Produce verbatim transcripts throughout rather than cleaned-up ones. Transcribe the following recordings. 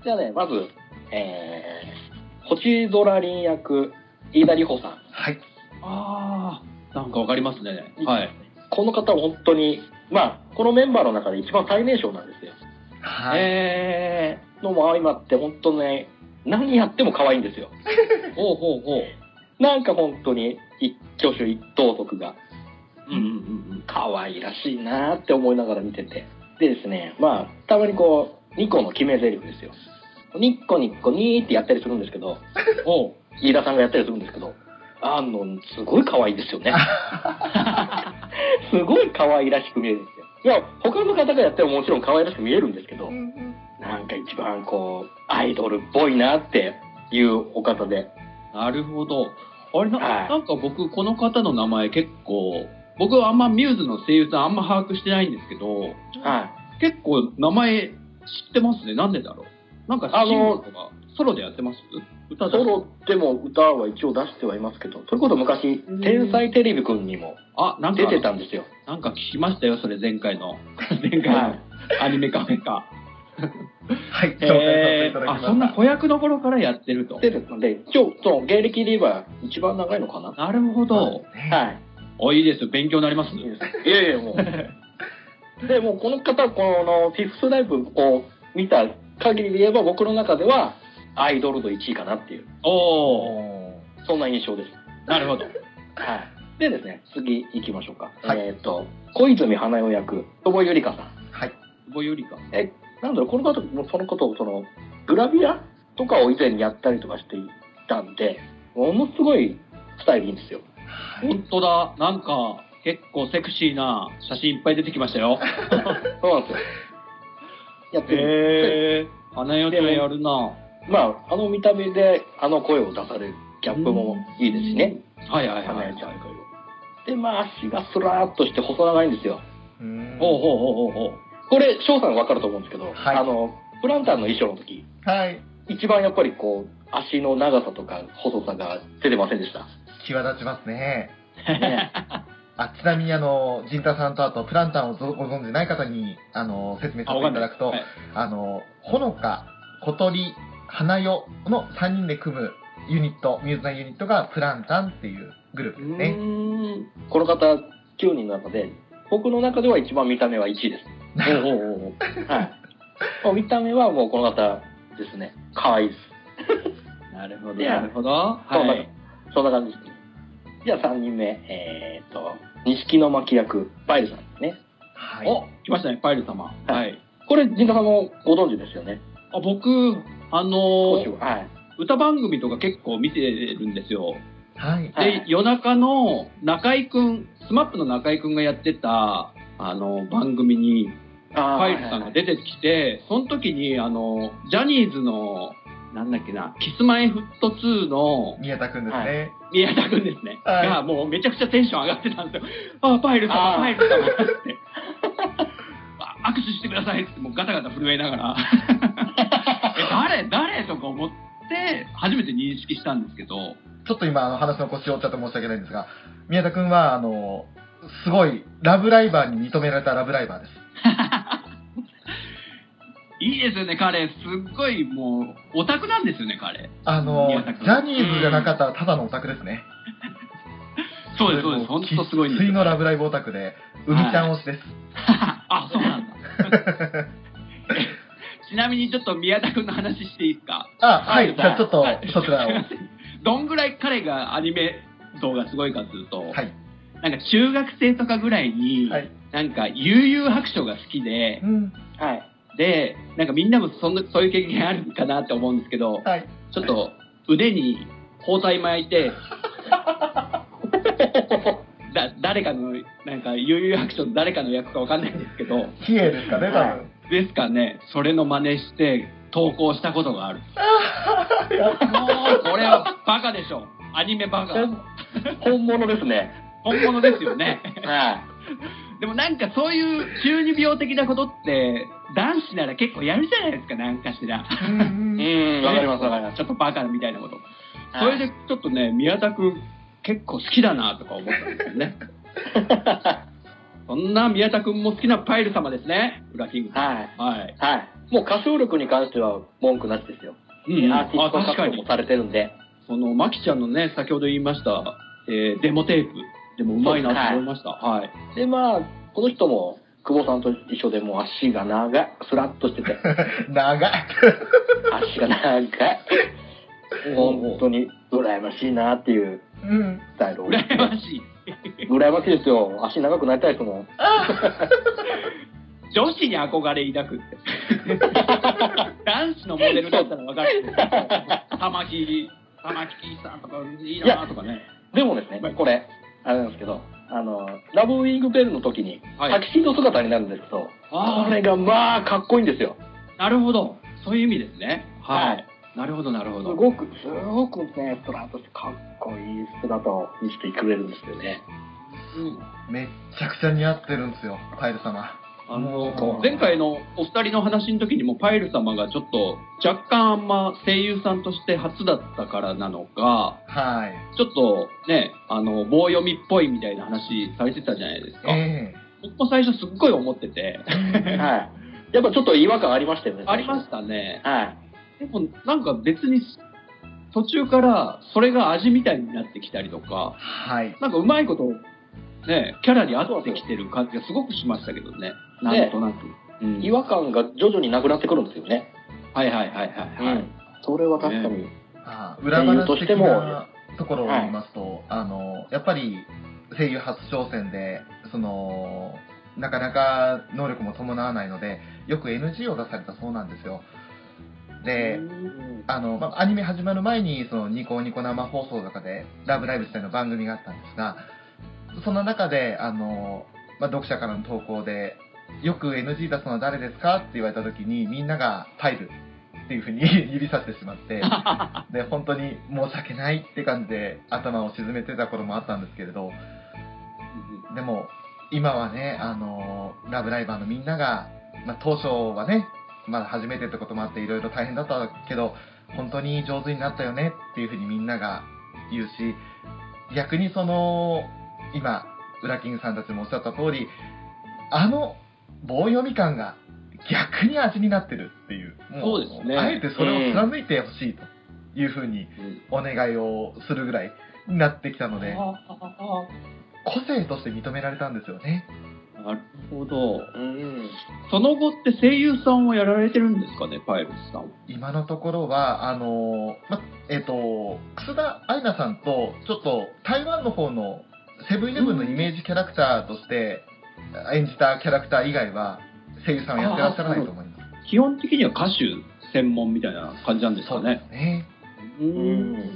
じゃあね、まず、えー、星空凛役、飯田里穂さん。 はい。 あー、なんかわかりますね。はい。 この方は本当に、まあ、このメンバーの中で一番最年少なんですよ。 はい。 えー、のも相まって本当ね、何やっても可愛いんですよ。 ほうほうほう。 なんか本当に一挙手一投足が、 うんうんうんうん。 可愛らしいなーって思いながら見てて。でですね、まあ、たまにこう、ニコの決め台詞ですよ。ニッコニッコニーってやったりするんですけど、 おう。 飯田さんがやったりするんですけど、あの、すごい可愛いですよね。すごい可愛らしく見えるんですよ。いや、他の方がやってももちろん可愛らしく見えるんですけど、なんか一番こう、アイドルっぽいなっていうお方で。 なるほど。あれな、 はい、 なんか僕、この方の名前結構、僕はあんまミューズの声優さんあんま把握してないんですけど、 はい。 結構名前知ってますね。なんでだろう。なんかシングルとかソロでやってます？歌ソ出してロでも歌は一応出してはいますけど、それこそ昔、天才テレビくんにもあ、なんか出てたんですよ。 なんか聞きましたよ、それ前回の。前回のアニメカフェか。 はい、紹介させていただきました。 あ、そんな子役の頃からやってると。 出てるので、今日、そう、芸歴で言えば一番長いのかな。 なるほど。 はい。 お、いいですよ。勉強になります。 いいですいやいや、もう。で、もうこの方、このフィフスライブを見た限りで言えば、僕の中ではアイドル度いちいかなっていう。 おー。そんな印象です。 なるほど。はい。 でですね、次行きましょうか。 はい、 えっ、ー、と、小泉花代役、久保ゆりかさん。 はい。 久保ゆりか。 え、なんだろう、この方もそのことを、その、グラビアとかを以前にやったりとかしていたんで、ものすごいスタイルいいんですよ。 本当だ。なんか、結構セクシーな写真いっぱい出てきましたよ。 そうなんですよ。やってる。 へー。花代ちゃんやるな。 まあ、あの見た目であの声を出されるギャップもいいですしね。 はいはいはい。 花代ちゃんの声を。で、まあ、足がスラーっとして細長いんですよ。 うん。 ほうほうほうほうほう。 これ、翔さんわかると思うんですけど、 はい、 あの、プランターの衣装の時、 はい。 一番やっぱりこう、足の長さとか細さが出てませんでした。 際立ちますね。 ねあ、ちなみにあの、ジンタさんとあとプランタンをご存知ない方に、あの、説明させていただくと、あ,、 はい、 あの、ほのか、小鳥、花代のさんにんで組むユニット、ミューズのユニットがプランタンっていうグループですね。 うーんこの方、きゅうにんの中で、僕の中では一番見た目はいちいです。 ほうほうほうほう。 はい。もう見た目はもうこの方ですね。可愛いです。 なるほど、 いやなるほど。 そんな、 はい。 そんな感じですね。じゃあさんにんめ、えーっと、錦の巻役、パイルさんですね。 はい。 お、来ましたね、パイル様。 はいはい。 これ、陣田さんもご存知ですよね。 あ、僕、あのー、 はい。 歌番組とか結構見てるんですよ。 はい。 で、 はい夜中の中居くん、スマップの中居くんがやってた、あの、番組に、パイルさんが出てきて、その時に、あの、ジャニーズの、なんだっけな、キスマイフットツーの宮田くんですね。 宮田くんですね。 はいが、もうめちゃくちゃテンション上がってたんですよ。あ、パイル様、 あーパイル様って。あ握手してくださいってもうガタガタ震えながらえ誰誰とか思って初めて認識したんですけど、 ちょっと今、あの話の腰を折っちゃって申し訳ないんですが、宮田くんは、あの、すごい、ラブライバーに認められたラブライバーです。 いいですよね、彼。すっごいもう、オタクなんですよね、彼。 あの、 宮田君ジャニーズじゃなかったらただのオタクですね。 そうです、そうです。本当すごいんです生粋よ。 のラブライブオタクで、海ちゃん推しです。 あ、そうなんだ。ちなみにちょっと宮田君の話していいですか？ あ、はい。じゃあちょっとはい、 そちらを。 どんぐらい彼がアニメ像がすごいかというと、 はい。 なんか中学生とかぐらいに、 はい、 なんか悠々白書が好きで、 うん、 はい。 で、なんかみんなもそんなそういう経験あるかなって思うんですけど、 はい、 ちょっと腕に包帯巻いて、だ誰かの、なんか悠々白書の誰かの役かわかんないんですけど、 比叡ですかね、多分。 はいですかね、それの真似して投稿したことがある。もうこれはバカでしょ。アニメバカ。 本物ですね。 本物ですよね。 はでもなんかそういう中二病的なことって男子なら結構やるじゃないですか、なんかしら。 うん、 い。うん、わかりますわかります。 ちょっとバカみたいなこと。 はいそれでちょっとね、宮田くん結構好きだなとか思ったんですよね。そんな宮田くんも好きなパイル様ですね、ウラキングさん。 はい。 はい。 はい。 もう歌唱力に関しては文句なしですよ。 うんうん、 アーティスト活動もされてるんで。 その、まきちゃんのね、先ほど言いました、えー、デモテープでもうまいなと思いました。はい。はい、 で、まあ、この人も、久保さんと一緒でもう足が長い、スラッとしてて。 長い。 足が長い。本当に羨ましいなっていうスタイルを。 うん、羨ましい。 羨ましいですよ。足長くなりたいですもん。 女子に憧れ抱くって。男子のモデルだったら分かるんですけど、玉木、玉木さんとかいいなとかね。 でもですね、これ、あれなんですけど、あの、ラブウィングベルの時に、 はい、 タキシード姿になるんですけど、これがまあ、かっこいいんですよ。 なるほど。そういう意味ですね。はい。はい、なるほど、なるほど。 すごく、すごくね、ストラートしてかっこいい姿を見せてくれるんですよね。 うん、めっちゃくちゃ似合ってるんですよ、パイル様。 あの、前回のお二人の話の時にもパイル様がちょっと若干あんま声優さんとして初だったからなのか、 はい。 ちょっとね、あの、棒読みっぽいみたいな話されてたじゃないですか。 えー、僕も最初すっごい思ってて。はい。 やっぱちょっと違和感ありましたよね。 ありましたね。 はい。 でもなんか別に途中からそれが味みたいになってきたりとか、 はい。 なんかうまいことね、キャラに合ってきてる感じがすごくしましたけどね。なんとなく、 うん。違和感が徐々になくなってくるんですよね。 はいはいはいはい、はい、うん。 それは確かに。 ね、あ裏話的なところを言いますと、はい、あの、やっぱり声優初挑戦で、その、なかなか能力も伴わないので、よく エヌジー を出されたそうなんですよ。で、あの、まあ、アニメ始まる前に、そのニコニコ生放送とかで、ラブライブ自体の番組があったんですが、その中で、あの、まあ、読者からの投稿で、よく エヌジー 出すのは誰ですかって言われた時に、みんながパイルっていうふうに指さしてしまって、で、本当に申し訳ないって感じで頭を沈めてた頃もあったんですけれど、でも、今はね、あの、ラブライバーのみんなが、まあ、当初はね、まだ初めてってこともあっていろいろ大変だったけど、本当に上手になったよねっていうふうにみんなが言うし、逆にその、今、ウラキングさんたちもおっしゃった通り、あの棒読み感が逆に味になってるっていう、 もう、そうですね、 あえてそれを貫いてほしいというふうにお願いをするぐらいになってきたので、個性として認められたんですよね。 なるほど。うん、その後って声優さんをやられてるんですかね、パイルスさん。 今のところは、あの、ま、えっと、楠田愛菜さんと、ちょっと台湾の方のセブンイレブンのイメージキャラクターとして演じたキャラクター以外は、声優さんはやってらっしゃらないと思います。 基本的には歌手専門みたいな感じなんですかね。そうですね。うん。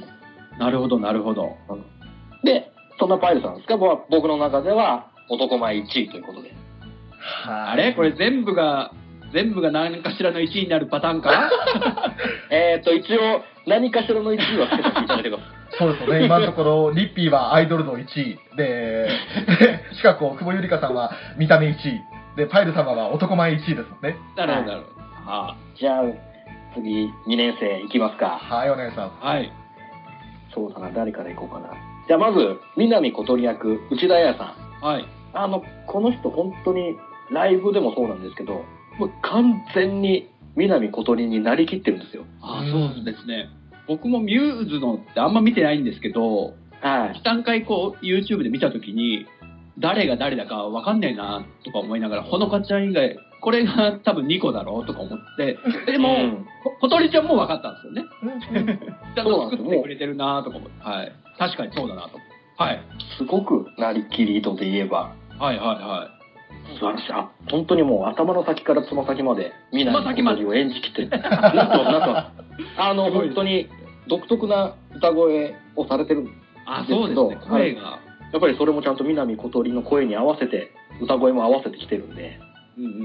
なるほど、なるほど。 で、そんなパイルさんですか、僕の中では男前いちいということで。 あれこれ全部が、全部が何かしらのいちいになるパターンかえっと、一応、何かしらのいちいはつけさせていただいてます。 そうですよね。今のところ、リッピーはアイドルのいちい。で、しかも、久保ゆりかさんは見た目いちい。で、パイル様は男前いちいですもんね。 なるほど、なるほど。 ああ、じゃあ、次、にねん生いきますか。 はい、お願いします。 はい。 そうだな、誰からいこうかな。じゃあ、まず、南小鳥役、内田彩さん。はい。 あの、この人、本当に、ライブでもそうなんですけど、もう完全に南小鳥になりきってるんですよ。 ああ、そうですね。僕もミューズのってあんま見てないんですけど、はい。さんかいこう YouTube で見たときに、誰が誰だかわかんないなとか思いながら、ほのかちゃん以外、これが多分にこだろうとか思って、でも、うん、小鳥ちゃんも分かったんですよね。ちゃんと作ってくれてるなとか思って、はい。確かにそうだなと。はい。 すごくなりきりとで言えば。 はいはいはい。 素晴らしい。あ、本当にもう頭の先からつま先まで、南小鳥を演じきってる。なんと、なんと、あの、本当に独特な歌声をされてるんですけど、 あ、そうですね、声が。 やっぱりそれもちゃんと南小鳥の声に合わせて、歌声も合わせてきてるんで、 うんうんうんうん、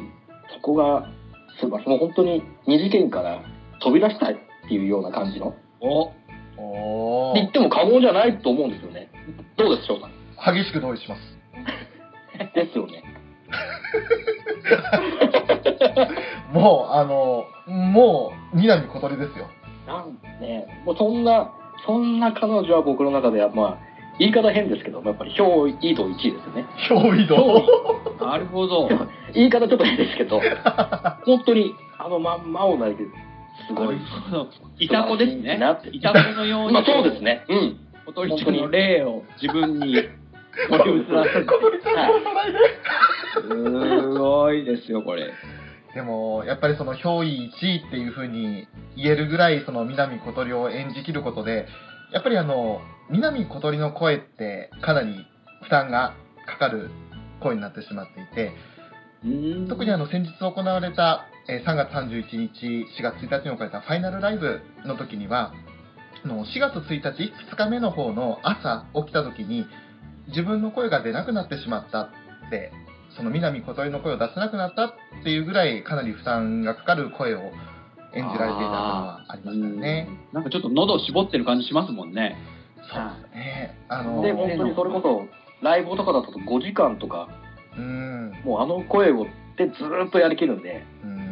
そこが素晴らしい。もう本当に二次元から飛び出したいっていうような感じの。 おお言っても過言じゃないと思うんですよね。どうです、翔さん。 激しく同意します。 ですよね。 もう、あの、もう、南小鳥ですよ。 なんね、もうそんな、そんな彼女は僕の中では、まあ、言い方変ですけど、やっぱり憑依度いちいですよね。 憑依度なるほど。 言い方ちょっと変ですけど、本当に、 あのまんまを泣いてすごい。 イタコですね。イタコのように。 まあそうですね。うん。 小鳥ちゃんの霊を自分に乗り移らせて。 小鳥ちゃん殺さないで。 すごいですよ、これ。 でも、やっぱりその、憑依いちいっていう風に言えるぐらい、その、南小鳥を演じきることで、やっぱりあの、南小鳥の声ってかなり負担がかかる声になってしまっていて、特にあの、先日行われたさんがつさんじゅういちにち、しがつついたちに行われたファイナルライブの時には、しがつついたち、ふつかめの方の朝起きた時に、自分の声が出なくなってしまったって、その南小鳥の声を出せなくなったっていうぐらいかなり負担がかかる声を演じられていたのはありましたよね。 なんかちょっと喉を絞ってる感じしますもんね。 そうですね。あので、本当にそれこそ、ライブとかだとごじかんとか、 うん、 もうあの声をでずーっとやりきるんで、うんうん、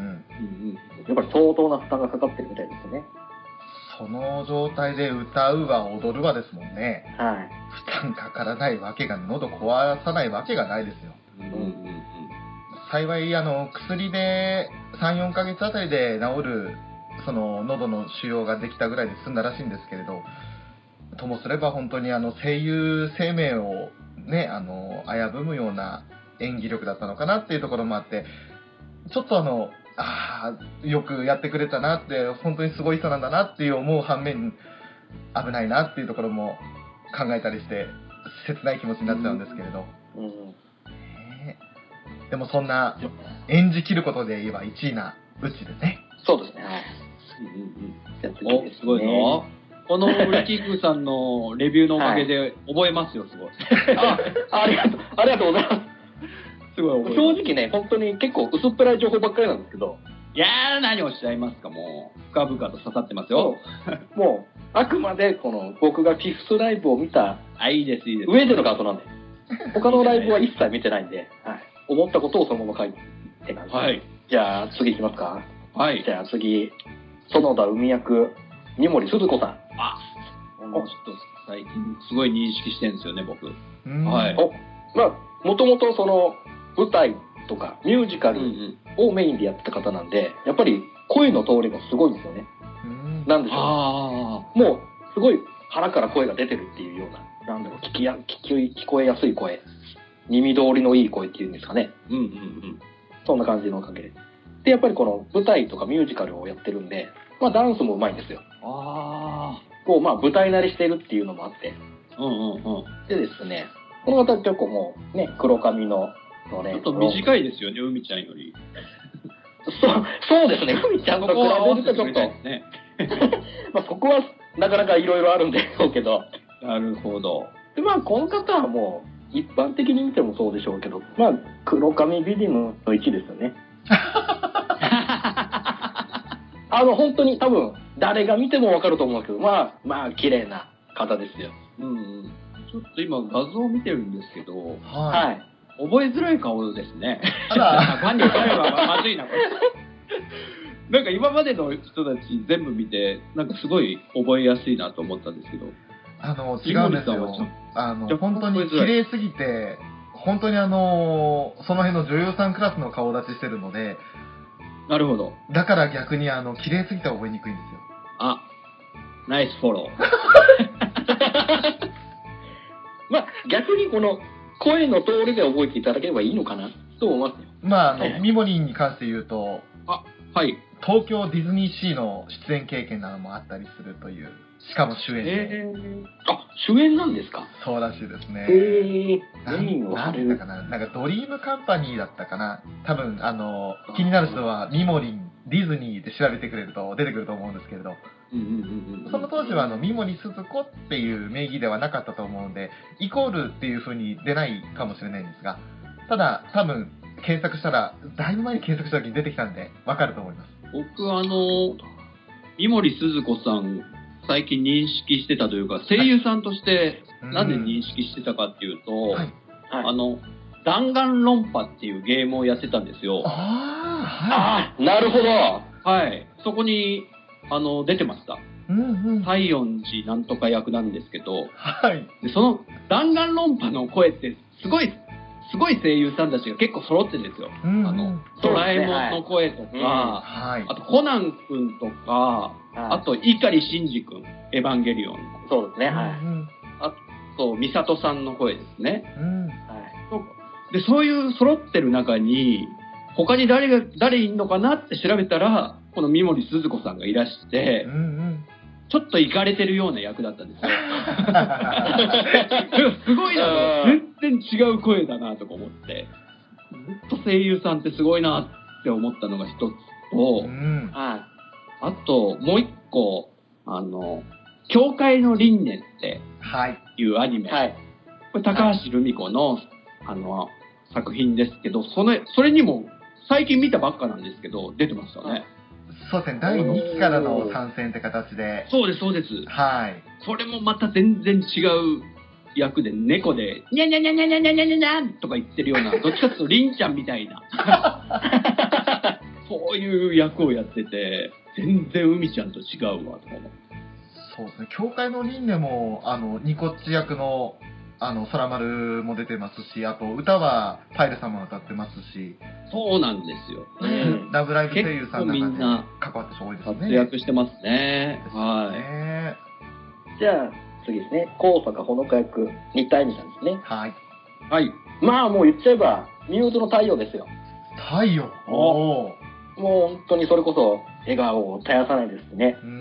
やっぱり相当な負担がかかってるみたいですね。 その状態で歌うわ踊るわですもんね。 はい。 負担かからないわけが、喉壊さないわけがないですよ。うんうんうん、幸いあの薬でさん、よんかげつあたりで治るその喉の腫瘍ができたぐらいで済んだらしいんですけれど、ともすれば本当にあの声優生命をね、あの危ぶむような演技力だったのかなっていうところもあって、ちょっとあのあよくやってくれたなって、本当にすごい人なんだなっていう思う反面、危ないなっていうところも考えたりして切ない気持ちになっちゃうんですけれど、うんうん、ね、でもそんな演じきることで言えばいちいなうちですね。 そうですね。 うんうん、お、すごいぞ。このウルキングさんのレビューのおかげで覚えますよ、すごい。 あ、ありがとう、ありがとうございます。すごい覚えます。正直ね、本当に結構薄っぺらい情報ばっかりなんですけど。 いやー、何をおっしゃいますか、もう。深々と刺さってますよ。 もう、あくまでこの僕がフィフスライブを見たあ、いいです、いいです。 上での感想なんで。他のライブは一切見てないんで、はい、思ったことをそのまま書いて感じ。はい。じゃあ次いきますか。 はい。 じゃあ次、園田海役、三森すず子さん。 あ、この人最近すごい認識してるんですよね、僕。 はい。お、まあ、もともとその舞台とかミュージカルをメインでやってた方なんで、やっぱり声の通りがすごいんですよね。うん、なんでしょう。あ、もうすごい腹から声が出てるっていうような、なんだろう、聞きや、聞き、聞こえやすい声。耳通りのいい声っていうんですかね。うんうんうん。そんな感じのおかげで。で、やっぱりこの舞台とかミュージカルをやってるんで、まあダンスも上手いんですよ。ああ。こう、まあ舞台慣れしてるっていうのもあって。うんうんうん。でですね、この方結構もうね、黒髪の、 ちょっと短いですよね、海ちゃんより。 そう、そうですね、海ちゃんと比べるとちょっと。ね、まあそこはなかなかいろいろあるんでしょうけど。 なるほど。 で、まあこの方はもう、一般的に見てもそうでしょうけど、まあ黒髪美人の一ですよね。あの、本当に多分、誰が見てもわかると思うんですけど、まあ、まあ、綺麗な方ですよ。うんうん。 ちょっと今画像を見てるんですけど、 はい。 覚えづらい顔ですね。あら、ファンに覚えればまずいな、これ。なんか今までの人たち全部見て、なんかすごい覚えやすいなと思ったんですけど。 あの、違うんですよ。あの、本当に綺麗すぎて、本当にあの、その辺の女優さんクラスの顔立ちしてるので、 なるほど。 だから逆にあの、綺麗すぎて覚えにくいんですよ。 あ、ナイスフォロー。 まあ、逆にこの、声の通りで覚えていただければいいのかなと思いますよ。 まあ、あの、はい、ミモリンに関して言うと、 あ、はい。 東京ディズニーシーの出演経験などもあったりするという、しかも主演で。 えー、あ、主演なんですか？ そうらしいですね。 へえー、メインを張れるかな、なんかドリームカンパニーだったかな。多分、あの、気になる人はミモリン、ディズニーで調べてくれると出てくると思うんですけれど、その当時はあの三森すず子っていう名義ではなかったと思うんで、イコールっていう風に出ないかもしれないんですが、ただ多分検索したら、だいぶ前に検索した時に出てきたんでわかると思います。 僕あの三森すず子さん最近認識してたというか、声優さんとしてなんで認識してたかっていうと、はい、あの弾丸論破っていうゲームをやってたんですよ。 あ、 はい、あ、なるほど。 はい、そこにあの出てました。うんうん、西園寺なんとか役なんですけど、 はい、 でその弾丸論破の声ってすごいすごい声優さんたちが結構揃ってるんですよ。うんうん、あのドラえもんの声とか、はい、あとコナン君とか、はい、あと碇シンジ君、エヴァンゲリオンの。 そうですね。はい。 あとミサトさんの声ですね。うん、はい。でそういう揃ってる中に他に誰が誰いんのかなって調べたらこの三森すず子さんがいらして、うんうん、ちょっとイカれてるような役だったんですよ。すごいな、全然違う声だなとか思って、ほんと声優さんってすごいなって思ったのが一つと、うん、あともう一個、あの教会の輪廻っていうアニメ、はい、これ高橋留美子の、あの作品ですけど、それ、それにも最近見たばっかなんですけど出てましたね。 そうですね、だいにきからの参戦って形で。 そうですそうです。はい。それもまた全然違う役で、猫でニャニャニャニャニャニャニャニャニャとか言ってるような、どっちかっていうとりんちゃんみたいなそういう役をやってて、全然海ちゃんと違うわと思って。 そうですね、教会の輪廻もあのニコッチ役のあの空丸も出てますし、あと歌はパイル様が歌ってますし。 そうなんですよ、 うん、ラブライブ声優さんの中で関わって人多いですね。 活躍してますね。はい。 じゃあ次ですね、高坂ほのか役新田恵美さんですね。 はい。 はい。 まあもう言っちゃえばミューズの太陽ですよ。 太陽。おお。もう本当にそれこそ笑顔を絶やさないですしね。うん。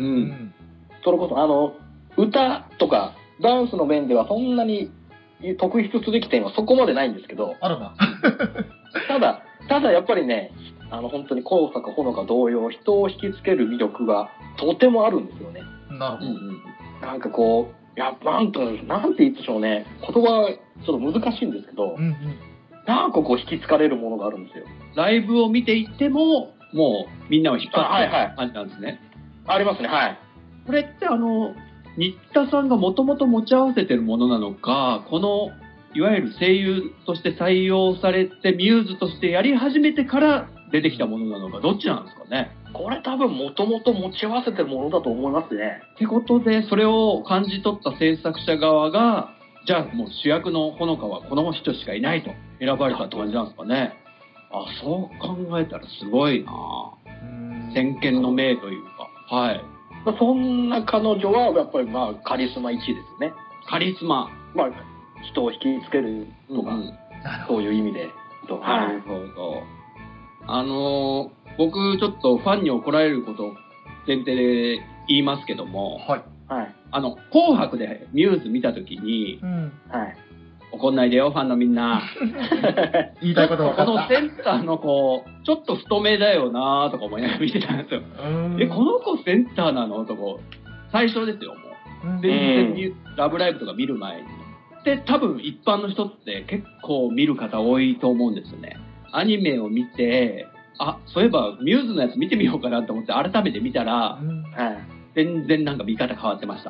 それこそあの歌とかダンスの面ではそんなに特筆すべき点はそこまでないんですけど。 あらま。 ただただやっぱりね、あの本当に高坂ほのか同様、人を引きつける魅力がとてもあるんですよね。 なるほど。うん、 なんかこう、いや、なんとなんて言ってしょうね。言葉ちょっと難しいんですけど、うんうん、なんかこう引きつかれるものがあるんですよ。 ライブを見ていってももうみんなを引っ張ってる感じなんですね。 ありますね。はい。 これってあの新田さんがもともと持ち合わせてるものなのか、このいわゆる声優として採用されてミューズとしてやり始めてから出てきたものなのか、どっちなんですかね。 これ多分もともと持ち合わせてるものだと思いますね。 ってことでそれを感じ取った制作者側が、じゃあもう主役のほのかはこの人しかいないと選ばれたって感じなんですかね。あ、そう考えたらすごいな。先見の明というか。はい。 そんな彼女はやっぱりまあカリスマいちですね。 カリスマ。 まあ人を引きつけるとか、うん、そういう意味で。 なるほど。あのー、僕ちょっとファンに怒られることを前提で言いますけども、はいはい、あの紅白でミューズ見たときに、うんはい、怒んないでよファンのみんな言いたいこと分かった。 このセンターの子ちょっと太めだよなとか思いながら見てたんですよ。えこの子センターなのとか最初ですよ。もう全然ラブライブとか見る前にで、多分一般の人って結構見る方多いと思うんですよね。アニメを見て、あ、そういえばミューズのやつ見てみようかなと思って改めて見たら、うん、全然なんか見方変わってました。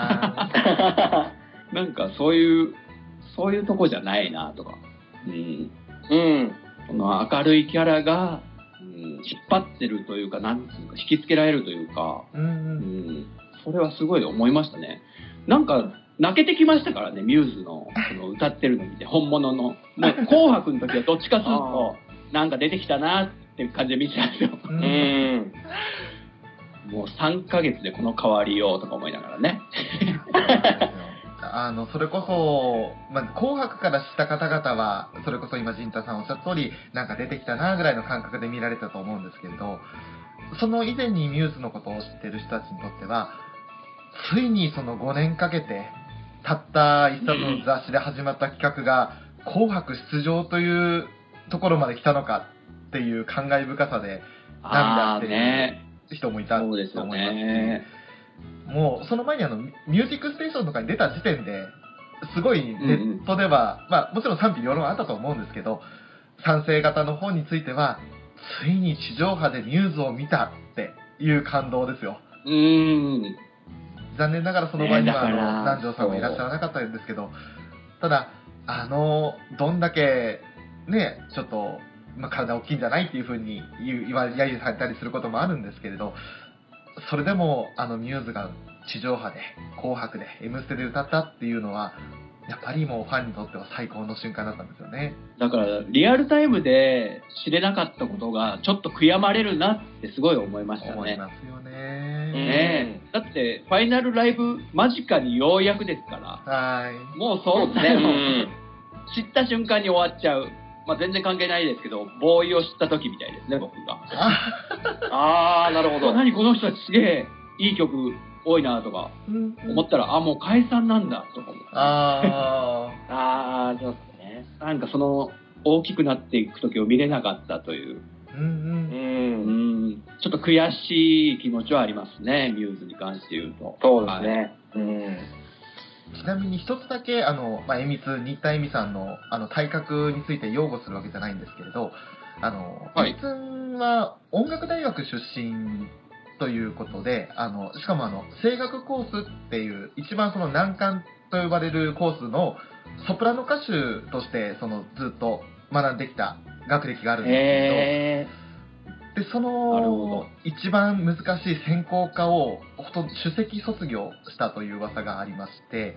なんかそういうそういうとこじゃないなとか、うん、うん、この明るいキャラが、うん、引っ張ってるというか、なんつうか引きつけられるというか、うんうんうん、それはすごい思いましたね。なんか泣けてきましたからね、ミューズのその歌ってるの見て、本物の。もう紅白の時はどっちかすると、なんか出てきたなっていう感じで見てたんですよ。うん。もうさんかげつでこの変わりようとか思いながらね。 あのそれこそ、まあ、紅白からした方々はそれこそ今陣太さんおっしゃった通りなんか出てきたなぐらいの感覚で見られたと思うんですけれど、その以前にミューズのことを知っている人たちにとってはついにそのごねんかけてたった一冊の雑誌で始まった企画が紅白出場というところまで来たのかっていう感慨深さで涙している人もいたと思いますし、もうその前にあのミュージックステーションとかに出た時点ですごいネットでは、うんうん、まあ、もちろん賛否両論あったと思うんですけど、賛成型の方についてはついに地上波でミューズを見たっていう感動ですよ。うーん、残念ながらその場には、ね、あの南條さんもいらっしゃらなかったんですけど、ただあのどんだけねちょっと、まあ、体大きいんじゃないっていう風に言わ揶揄されたりすることもあるんですけれど、それでもあのミューズが地上波で紅白で エムステで歌ったっていうのはやっぱりもうファンにとっては最高の瞬間だったんですよね。 だからリアルタイムで知れなかったことがちょっと悔やまれるなってすごい思いましたね。 思いますよね。 ねえ、だってファイナルライブ間近にようやくですから、 はい、 もうそうですね、知った瞬間に終わっちゃう。まあ、全然関係ないですけど、ボーイを知った時みたいですね、僕が。 ああ、なるほど。 何この人たちすげえいい曲多いなとか思ったら、あ、もう解散なんだとか思って。 あああ、そうですね。 なんかその大きくなっていく時を見れなかったという。 うんうんうん、ちょっと悔しい気持ちはありますね、ミューズに関して言うと。 そうですね。はい、うん。 ちなみに一つだけ、あの、まあ、えみつ、新田恵美さんの、あの、体格について擁護するわけじゃないんですけれど、あの、えみつんは音楽大学出身ということで、あの、しかもあの、声楽コースっていう、一番その難関と呼ばれるコースのソプラノ歌手として、その、ずっと学んできた学歴があるんですけれど、でその一番難しい専攻科をほとんど首席卒業したという噂がありまして、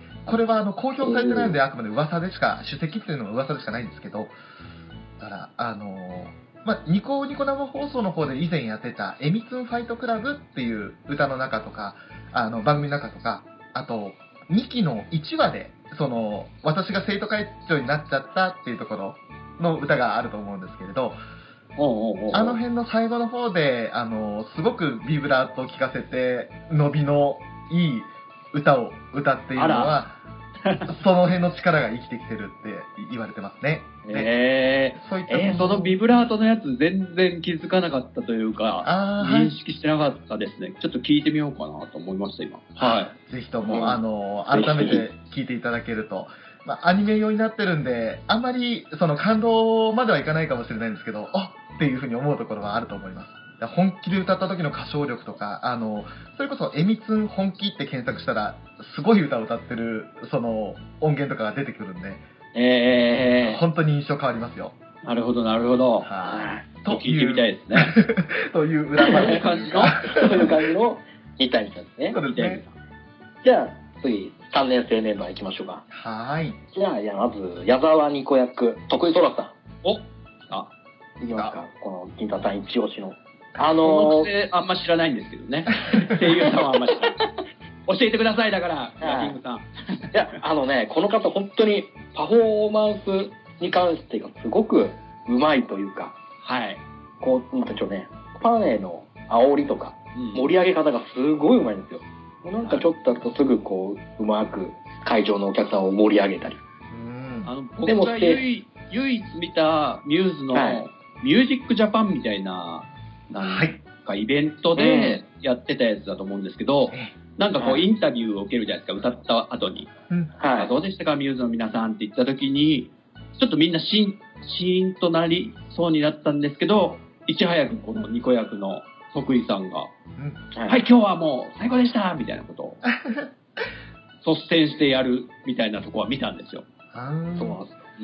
これはあの公表されてないのであくまで噂でしか、首席っていうのも噂でしかないんですけど、だからあのまあ、ニコニコ生放送の方で以前やってたえみつんファイトクラブっていう歌の中とか、あの番組の中とか、あとにきのいちわでその私が生徒会長になっちゃったっていうところの歌があると思うんですけれど、 おうおうおう、 あの辺の最後の方であのすごくビブラートを聴かせて伸びのいい歌を歌っているのはその辺の力が生きてきてるって言われてますね。 えー、そういったその、えー、そのビブラートのやつ全然気づかなかったというか、認識してなかったですね。ちょっと聞いてみようかなと思いました今。 はい。ぜひとも、うん、あの改めて聞いていただけると。まあ、アニメ用になってるんで、あんまりその感動まではいかないかもしれないんですけど、あっっていうふうに思うところはあると思います。本気で歌った時の歌唱力とか、あのそれこそえみつん本気って検索したらすごい歌を歌ってるその音源とかが出てくるんで、えー、本当に印象変わりますよ。 なるほどなるほど。 はい。 と聞いてみたいですね。 という裏話という感じのそういう感じの新谷さんですね。 そうですね。 じゃあ次さんねん生メンバーいきましょうか。 はい。 じゃあ、じゃあまず矢沢ニコ役徳井空さん。 お、あ、 いきますか。この金田さん一押しの。 あのー、この癖あんま知らないんですけどね。声優さんはあんま知らない。教えてくださいだからラキングさん。いやあのねこの方本当にパフォーマンスに関してがすごくうまいというか、 はい。 こうなんでしょうね、ファンへの煽りとか、うん、盛り上げ方がすごいうまいんですよ。もうなんかちょっとあるとすぐこううまく会場のお客さんを盛り上げたり。 うんあの僕が唯唯一見たミューズの、はい、ミュージックジャパンみたいななんかイベントでやってたやつだと思うんですけど、うん、なんかこうインタビューを受けるじゃないですか、歌った後に、はい、どうでしたかミューズの皆さんって言った時にちょっとみんなシーンシーンとなりそうになったんですけど、いち早くこのニコ役の徳井さんが、うん、はい、今日はもう最高でしたみたいなことを率先してやるみたいなとこは見たんですよ。 そうなんです。うん。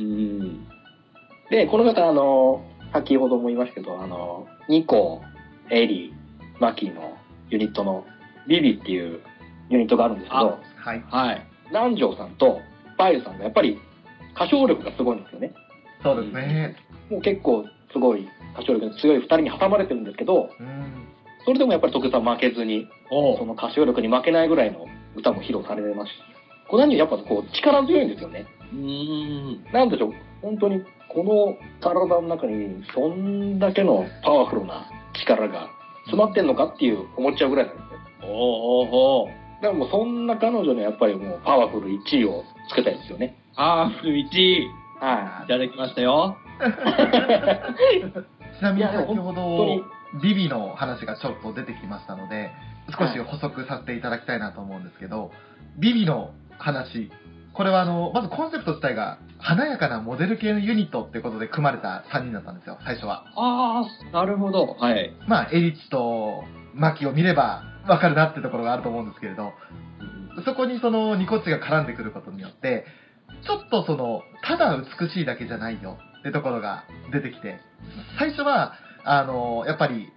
で、この方、あの、先ほども言いましたけど、あの、ニコ、エリー、マキのユニットのビビっていうユニットがあるんですけど、 はい。 はい。 南條さんとパイルさんがやっぱり歌唱力がすごいんですよね。 そうですね。 もう結構すごい歌唱力が強いふたりに挟まれてるんですけど、うん、それでもやっぱり徳井さん負けずに、その歌唱力に負けないぐらいの歌も披露されますし、これ何やっぱこう力強いんですよね。 うーん。 なんでしょう、本当にこの体の中にそんだけのパワフルな力が詰まってんのかっていう思っちゃうぐらいなんですよ。 おーおーおー。 でももうそんな彼女にやっぱりもうパワフルいちいをつけたいですよね。 パワフルいちい。 はい。 いただきましたよ。 ちなみに先ほどビビの話がちょっと出てきましたので、少し補足させていただきたいなと思うんですけど、はい、ビビの話、これはあのまずコンセプト自体が華やかなモデル系のユニットっていうことで組まれたさんにんだったんですよ、最初は。 ああ、なるほど。はい。 まあエリッチとマキを見ればわかるなってところがあると思うんですけれど、そこにそのニコッチが絡んでくることによって、ちょっとそのただ美しいだけじゃないよってところが出てきて、最初はあのやっぱり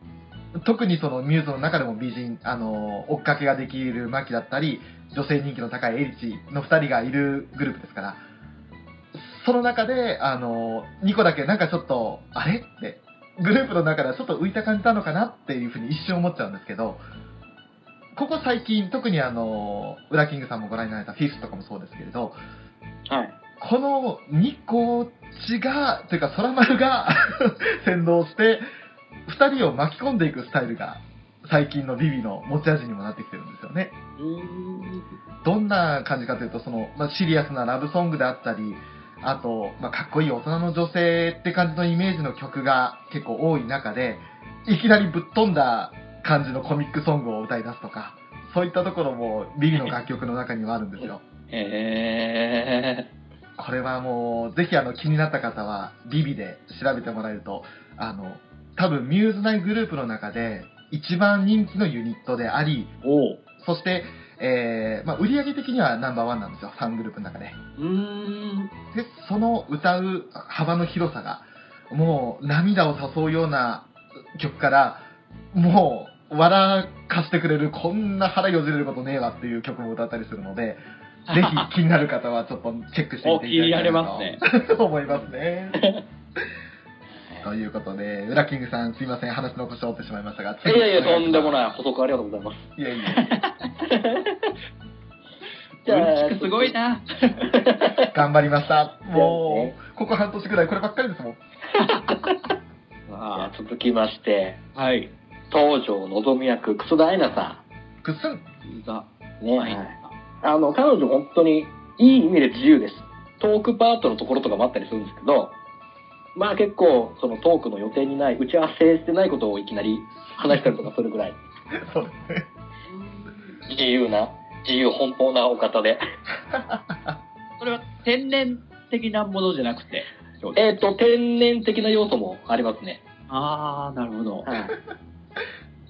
特にそのミューズの中でも美人、あの、追っかけができるマキだったり、女性人気の高いエリチのふたりがいるグループですから、その中で、あの、にこだけなんかちょっと、あれって、グループの中ではちょっと浮いた感じなのかなっていうふうに一瞬思っちゃうんですけど、ここ最近、特にあの、ウラキングさんもご覧になられたフィフスとかもそうですけれど、 はい。 このニコチが、というか空丸が先導して、ふたりを巻き込んでいくスタイルが、最近のビビの持ち味にもなってきてるんですよね。 うーん。 どんな感じかというと、その、まあ、シリアスなラブソングであったり、あと、まあ、かっこいい大人の女性って感じのイメージの曲が結構多い中で、いきなりぶっ飛んだ感じのコミックソングを歌い出すとか、そういったところもビビの楽曲の中にはあるんですよ。 へー。 これはもう、ぜひあの気になった方は、ビビで調べてもらえると、あの、多分ミューズ内グループの中で、一番人気のユニットであり、 おう。 そして、えーまあ、売上的にはナンバーワンなんですよ、ファングループの中で。 うーん。 で、その歌う幅の広さが、もう涙を誘うような曲から、もう笑かしてくれる、こんな腹よじれることねえわっていう曲も歌ったりするので、ぜひ気になる方はちょっとチェックしてみていただきたいなと思いますね。ということで、ウラキングさんすいません、話の腰を折ってしまいましたが、 いやいや、とんでもい。 ない。補足ありがとうございます。 いやいや。 じゃあ、 すごいな。 頑張りました。もう、ここ半年ぐらいこればっかりですもん。 じゃあ続きまして、 はい。 東條のぞみ役、楠田愛菜さくっすん。 うざ。 ん。ね、 はい。 あの、彼女本当にいい意味で自由です。トークパートのところとかもあったりするんですけど、まあ結構、そのトークの予定にない、打ち合わせしてないことをいきなり話したりとかするぐらい、 そうですね。 自由な、自由奔放なお方で。 それは天然的なものじゃなくて。 えっと、天然的な要素もありますね。 ああ、なるほど。 はい。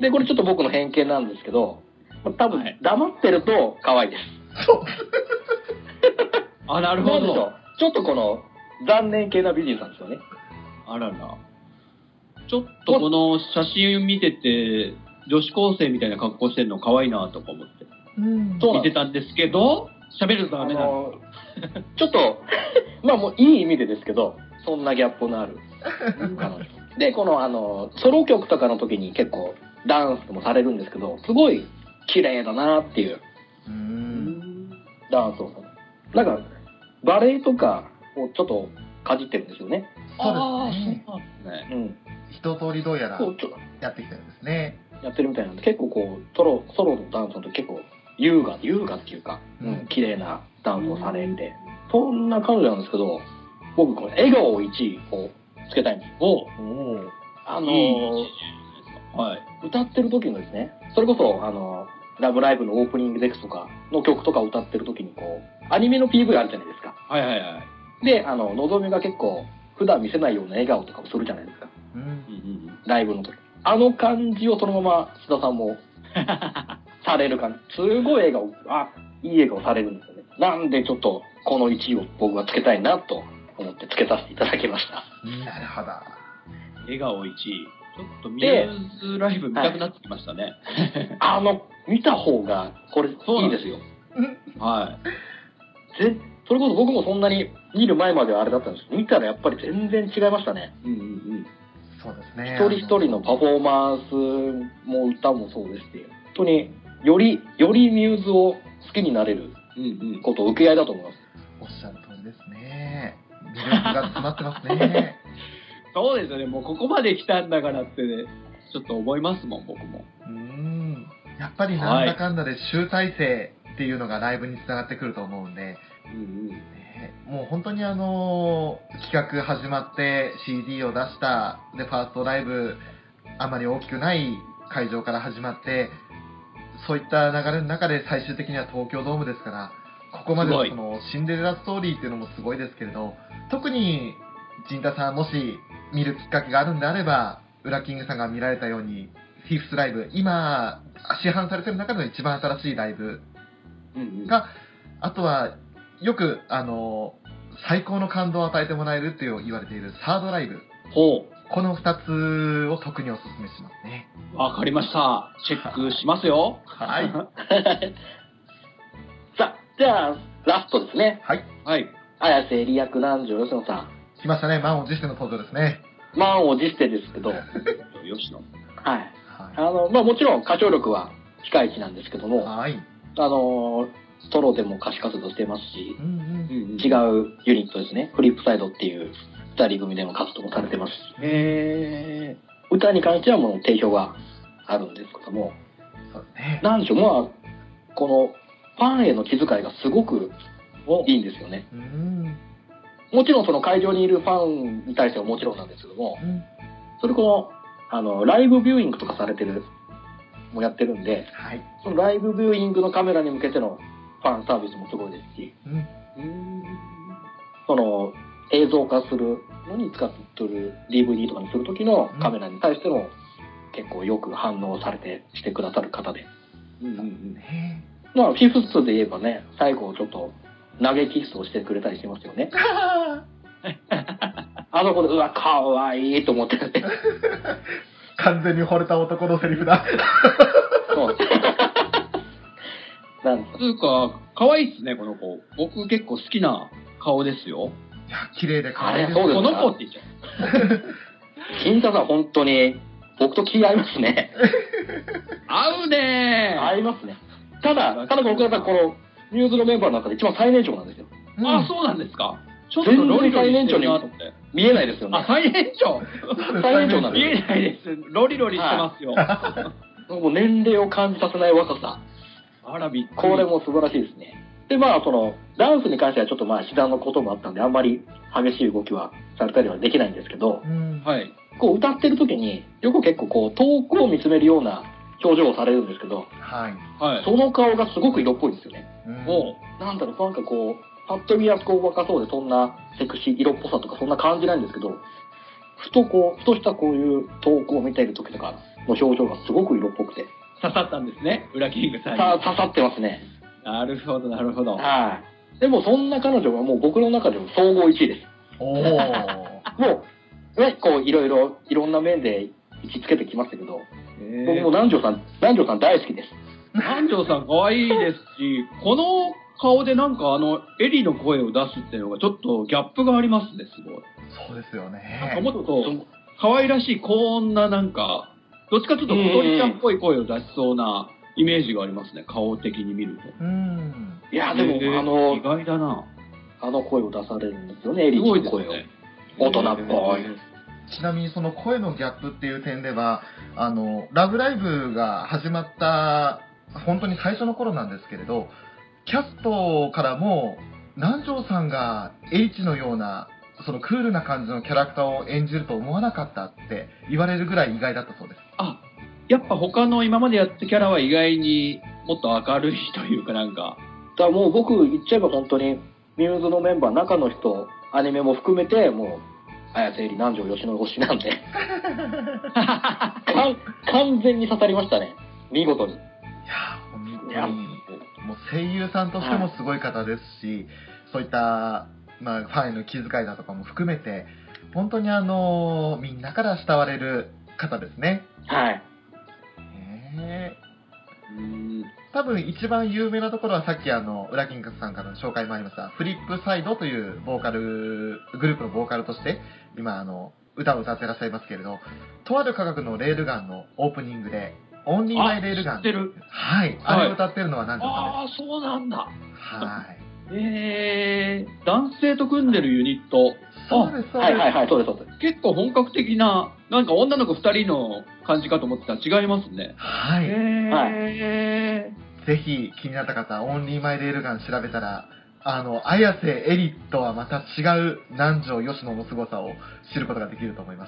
で、これちょっと僕の偏見なんですけど、多分、 はい黙ってると可愛いです。 そう。 あ、なるほなんでしょうど。。 ちょっとこの、残念系な美人さんですよね。 あらら。ちょっとこの写真見てて、女子高生みたいな格好してるの可愛いなとか思ってうん。 そうなんです見てたんですけど、喋るとダあメなの。 の、ちょっと、まあもういい意味でですけど、そんなギャップのある彼女。で、このあの、ソロ曲とかの時に結構ダンスもされるんですけど、すごい綺麗だなっていうう。 うんん。 ダンスをされる。なんか、バレエとかをちょっとかじってるんですよね。 そうああ、 ですね。 そうなんですね。 うん。 一通りどうやらこうちょっやってきたんですね。 とやってるみたいなんで、結構こう、ソロ、ソロのダンスの時結構優雅、優雅っていうか、 ううんん、綺麗なダンスをされて、そんな彼女なんですけど、僕この笑顔いちいをつけたいんです。 おおお。 あのいいーはい。 歌ってる時のですね、それこそ、あのー、ラブライブのオープニングデックスとかの曲とか歌ってる時にこう、アニメの ピーブイ あるじゃないですか。 はいはいはい。 で、あの、のぞみが結構、普段見せないような笑顔とかもするじゃないですか。 うん。 うんうんライブの時。あの感じをそのまま須田さんもされる感じ。すごい笑顔、あ、いい笑顔されるんですよね。なんでちょっと、このいちいを僕はつけたいなと思ってつけさせていただきました。 なるほど。 笑顔いちい。ちょっとミューズライブ見たくなってきましたね。 あの、見た方が、これ、いいですよ。 はい。 ぜそれこそ僕もそんなに見る前まではあれだったんですけど、見たらやっぱり全然違いましたね。 うんうんうん。 そうですね。 一人一人のパフォーマンスも歌もそうですし、本当により、よりミューズを好きになれることを受け合いだと思います。 おっしゃる通りですね。魅力が詰まってますね。 そうですよね。もうここまで来たんだからって、ね、ちょっと思いますもん、僕も。 うーん。やっぱりなんだかんだで集大成っていうのがライブにつながってくると思うんで、 うんうんね、もう本当にあの企画始まって シーディー を出したでファーストライブあまり大きくない会場から始まってそういった流れの中で最終的には東京ドームですからここまでのそのシンデレラストーリーっていうのもすごいですけれど特に陣太さんもし見るきっかけがあるんであればウラキングさんが見られたようにフィフスライブ今市販されてる中での一番新しいライブうんうんがあとはよくあの最高の感動を与えてもらえるっていう言われているサードライブほうこのふたつを特にお勧めしますね。 わかりました。チェックしますよ。 はい。 さあ、じゃあ、ラストですね。 はい。 はい。 綾瀬エリ役南條吉野さん。 来ましたね。満を持しての登場ですね。 満を持してですけど。 吉野。 はい。あの、まあもちろん歌唱力はピカイチなんですけども、 はい。 あの、ソロでも歌手活動してますし、 うんうん、 違うユニットですね。フリップサイドっていう二人組でも活動もされてますし、 へー歌に関してはもう定評があるんですけども、 そうね、 なんでしょう、まあ、このファンへの気遣いがすごくいいんですよね。 うん、 もちろんその会場にいるファンに対してはもちろんなんですけども、うん、それこの、あの、ライブビューイングとかされてる、もやってるんで、 はい、 そのライブビューイングのカメラに向けてのファンサービスもすごいですし、うん、その映像化するのに使ってる ディーブイディー とかにする時のカメラに対しても結構よく反応されてしてくださる方で、うんうんうん、まあフィフスで言えばね、最後ちょっと投げキッスをしてくれたりしますよね。あの子でうわかわいいと思ってるね。 完全に惚れた男のセリフだ。 そうなんつうか、可愛いっすね、この子。僕結構好きな顔ですよ。 いや、綺麗で可愛いです。 そうですこの子って言っちゃう。 金太さん本当に、僕と気合いますね。 合うねー。 合いますね。ただ、ただ僕はこの、ミューズのメンバーの中で一番最年長なんですよ。 うん、あ、そうなんですか。ちょっとロリロリしてるなと思って。 見えないですよね。 あ、最年長最年長なんです。 見えないです。ロリロリしてますよ。 もう年齢を感じさせない若さ。 あらびっくり。 これも素晴らしいですね。で、まあ、その、ダンスに関してはちょっとまあ、膝のこともあったんで、あんまり激しい動きはされたりはできないんですけど、 うん、 はい。 こう、歌ってる時に、よく結構こう、遠くを見つめるような表情をされるんですけど、 はい。 はい。 その顔がすごく色っぽいんですよね。 うん、 もう、なんだろう、なんかこう、パッと見はこう若そうで、そんなセクシー色っぽさとかそんな感じないんですけど、ふとこう、ふとしたこういう遠くを見ている時とかの表情がすごく色っぽくて。 刺さったんですね、ウラキングさんに。 刺さってますね。 なるほど、なるほど。 はい。でもそんな彼女はもう僕の中でも総合いちいです。 おー。 もう、ね、こういろいろ、いろんな面で位置つけてきましたけど、僕も南條さん、南條さん大好きです。 南條さん可愛いですし、この顔でなんかあの、エリの声を出すっていうのがちょっとギャップがありますね、すごい。 そうですよね。 なんかもっと可愛らしい高音ななんか、どっちかというと小鳥ちゃんっぽい声を出しそうなイメージがありますね、顔的に見ると。 うん。 いや、でも、えー、あの、 意外だな。 あの声を出されるんですよね、エリの声を。ね、大人っぽい。 ちなみにその声のギャップっていう点では、あの、ラブライブが始まった本当に最初の頃なんですけれど、キャストからも南條さんが H のようなそのクールな感じのキャラクターを演じると思わなかったって言われるぐらい意外だったそうです。 あ、やっぱ他の今までやったキャラは意外にもっと明るいというかなんか。 だからもう僕言っちゃえば本当にミューズのメンバー中の人、アニメも含めてもう綾瀬エリ南條吉野推しなんで完全に刺さりましたね、見事に。いや本当にもう声優さんとしてもすごい方ですし、はい、そういった、まあ、ファンへの気遣いだとかも含めて本当にあのみんなから慕われる方ですね。 はい。 へー、うーん、多分一番有名なところはさっきあのウラキングさんからの紹介もありましたフリップサイドというボーカルグループのボーカルとして今あの歌を歌ってらっしゃいますけれど、とある科学のレールガンのオープニングでオンリーマイレールガン、 知ってる、 はい、あれを歌ってるのは南條さんです。 ああ、そうなんだ。 はい。 えー、男性と組んでるユニット。 そうです、そうです。 はいはいはい、そうです、そうです。 結構本格的な、なんか女の子ふたりの感じかと思ってたら違いますね。 はい。 えー、ぜひ気になった方、オンリーマイレールガン調べたら、あの、綾瀬エリとはまた違う南條吉野の凄さを知ることができると思います。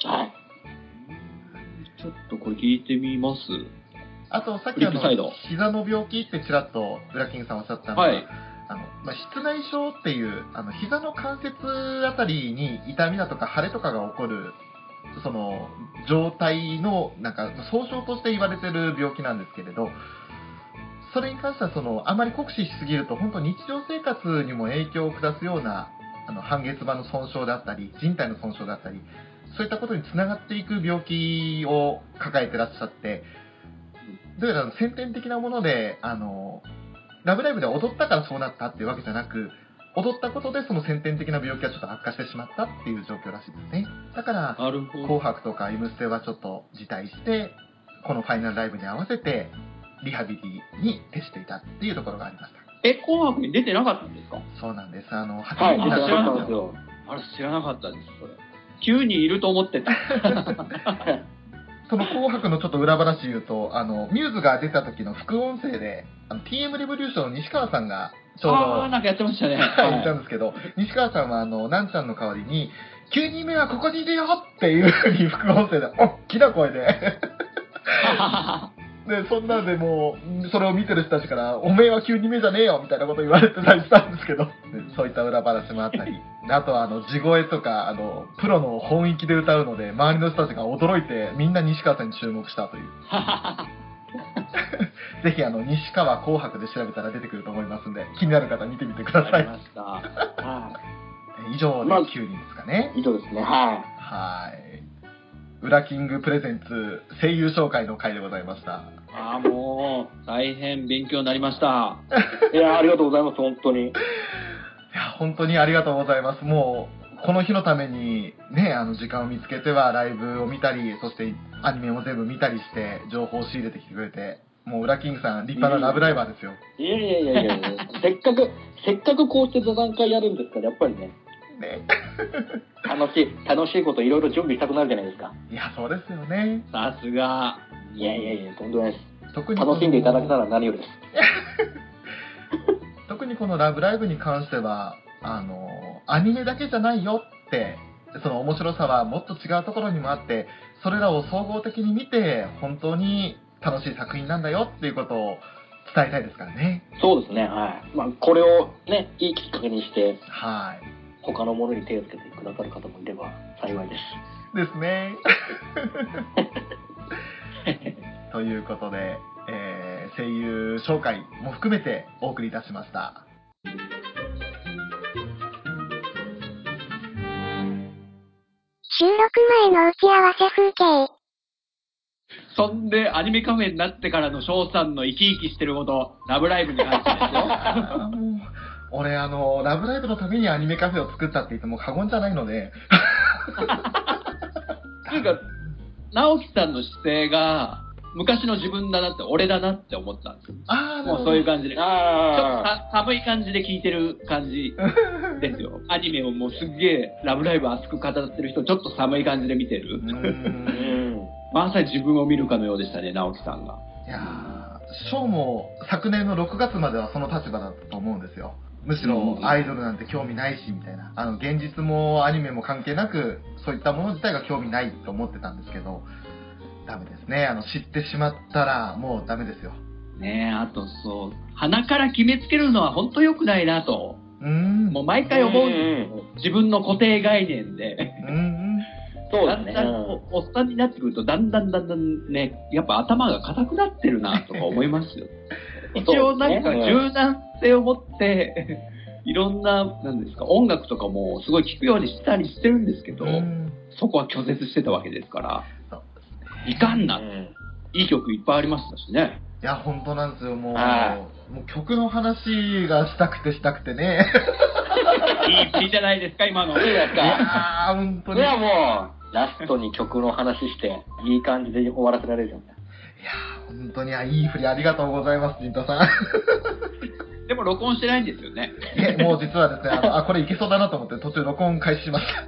はい。 ちょっとこれ聞いてみます。 あと、さっきあの、膝の病気ってちらっとブラッキングさんおっしゃったのが、はい、あの、まあ、室内症っていう、あの、膝の関節あたりに痛みだとか腫れとかが起こる、その、状態の、なんか、総称として言われてる病気なんですけれど、それに関しては、その、あまり酷使しすぎると、本当日常生活にも影響を下すような、あの、半月板の損傷だったり、人体の損傷だったり、 そういったことにつながっていく病気を抱えてらっしゃって、どうやら先天的なもので、あの、ラブライブで踊ったからそうなったっていうわけじゃなく、踊ったことでその先天的な病気がちょっと悪化してしまったっていう状況らしいですね。だから、紅白とか M ステはちょっと辞退して、このファイナルライブに合わせて、リハビリに徹していたっていうところがありました。 え、紅白に出てなかったんですか？ そうなんです。あの、 はい、出てなかったんですよ。 あれ、知らなかったです、それ。きゅうにんいると思ってた。 その紅白のちょっと裏話言うと、あの、ミューズが出た時の副音声で、あの ティーエム レボリューションの西川さんがちょうど、 ああ、なんかやってましたね。 はい、いたんですけど、西川さんはあの、なんちゃんの代わりに、きゅうにんめはここにいるよっていうふうに副音声で、おっきな声で。で、そんなでもう、それを見てる人たちから、おめえはきゅうにんめじゃねえよみたいなこと言われてたりしたんですけど、そういった裏話もあったり、あとはあの、地声とか、あの、プロの本域で歌うので、周りの人たちが驚いて、みんな西川さんに注目したという。ぜひあの、西川紅白で調べたら出てくると思いますんで、気になる方見てみてください。 ありました。 以上できゅうにんですかね。 まあ、以上ですね。はい。 はい。ウラキングプレゼンツ声優紹介の回でございました。 ああ、もう、大変勉強になりました。 いや、ありがとうございます、本当に。いや、本当にありがとうございます。もう、この日のために、ね、あの、時間を見つけてはライブを見たり、そしてアニメも全部見たりして、情報を仕入れてきてくれて、もう、ウラキングさん、立派なラブライバーですよ。 いやいやいやいやいやせっかく、せっかくこうして座談会やるんですから、やっぱりね。ね楽しい、楽しいこといろいろ準備したくなるじゃないですか。 いや、そうですよね。 さすが。 いやいやいや、とんでもないです。 特に楽しんでいただけたら何よりです。 特にこのラブライブに関しては、あの、アニメだけじゃないよって、その面白さはもっと違うところにもあって、それらを総合的に見て、本当に楽しい作品なんだよっていうことを伝えたいですからね。 そうですね、はい。まあ、これをね、いいきっかけにして、 はい。 他のものに手をつけてくださる方もいれば幸いです。 ですね。ということで、えー、声優紹介も含めてお送りいたしました。 収録前の打ち合わせ風景。 そんで、アニメカフェになってからの翔さんの生き生きしてること、ラブライブに関してですよ。 俺、あの、ラブライブのためにアニメカフェを作ったって言っても過言じゃないので。 なんか、直樹さんの姿勢が、昔の自分だなって、俺だなって思ったんですよ。 ああ、 もうそういう感じで。ちょっと寒い感じで聞いてる感じですよ。アニメをもうすっげえ、ラブライブ熱く語ってる人、ちょっと寒い感じで見てる。まさに自分を見るかのようでしたね、直樹さんが。 いやー、ショーも昨年のろくがつまではその立場だったと思うんですよ。むしろアイドルなんて興味ないしみたいな、あの現実もアニメも関係なくそういったもの自体が興味ないと思ってたんですけど、ダメですね。あの知ってしまったらもうダメですよ。 ねえ、あとそう鼻から決めつけるのは本当良くないなと、 うーん、 もう毎回思うんですよ。自分の固定概念で。 うーん、 そうですね。 だんだんおっさんになってくるとだんだんだんだんね、やっぱ頭が硬くなってるなとか思いますよ。一応なんか柔軟性を持っていろんな、なんですか、音楽とかもすごい聴くようにしたりしてるんですけど、そこは拒絶してたわけですから、いかんな、いい曲いっぱいありましたしね。 いや、本当なんですよ。もう、もう曲の話がしたくてしたくてね。 いい振りじゃないですか、今の。 いいですか。 いやー、本当に。 いや、もう、ラストに曲の話して、いい感じで終わらせられるじゃん。いやー、本当に、いい振りありがとうございます、陣太さん。 でも録音してないんですよね。 いえ、もう実はですね、あの、あ、これいけそうだなと思って途中録音開始しました。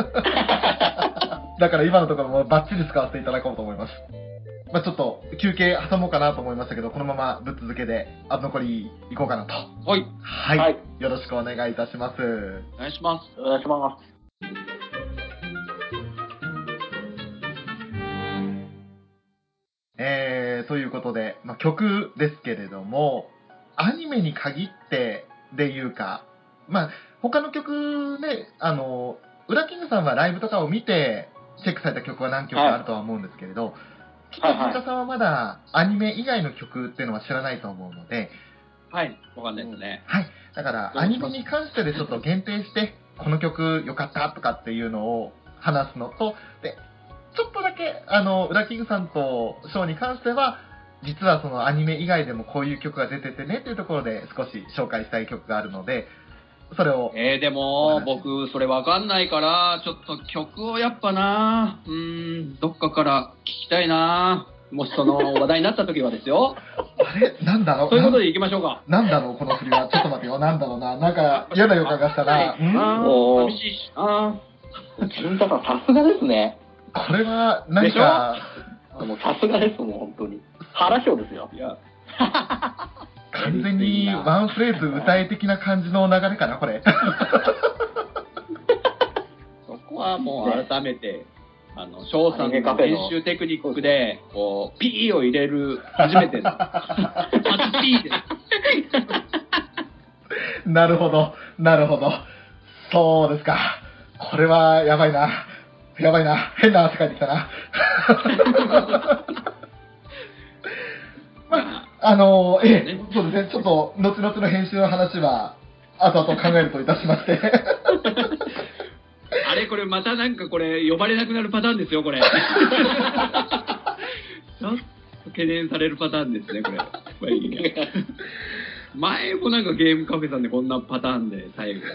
だから今のところもバッチリ使わせていただこうと思います。まあちょっと休憩挟もうかなと思いましたけど、このままぶっ続けで、あ残り行こうかなと。 はい。 はい。 はい、 よろしくお願いいたします。 お願いします。 お願いします。 えー、ということで、まあ、曲ですけれども、アニメに限ってでいうか、まあ、他の曲ね、あの、ウラキングさんはライブとかを見て、チェックされた曲は何曲かあるとは思うんですけれど、はい、きっと藤田さんはまだアニメ以外の曲っていうのは知らないと思うので、 はい、わかんないですね。 はい、だからアニメに関してでちょっと限定して、この曲良かったとかっていうのを話すのと、で、ちょっとだけ、あの、ウラキングさんとショーに関しては、実はそのアニメ以外でもこういう曲が出ててねっていうところで少し紹介したい曲があるので、それを。 えー、でも、僕、それわかんないから、ちょっと曲をやっぱな、うーん、どっかから聞きたいな。もしその話題になった時はですよ。 あれなんだろうそういうことでいきましょうか。 な。なんだろうこの振りは。ちょっと待ってよ。なんだろうな。なんか嫌な予感がしたな。 うんおー。 寂しいしな。 金太さん、さすがですね。 これは何か。 もうさすがです、もう本当に。原賞ですよ。 いや。 完全にワンフレーズ歌い的な感じの流れかな、これ。 そこはもう改めて、あの、翔さんの練習テクニックで、こう、ピーを入れる初めての、初ピーです。 なるほど、なるほど。そうですか。これはやばいな。やばいな。変な汗かいてきたな。まあ、あのー、ええ、そうですね。ちょっと、後々の編集の話は、後々考えるといたしまして。 あれこれまたなんかこれ呼ばれなくなるパターンですよこれ。ちょっと懸念されるパターンですねこれ。まあいいや。前もなんかゲームカフェさんでこんなパターンで最後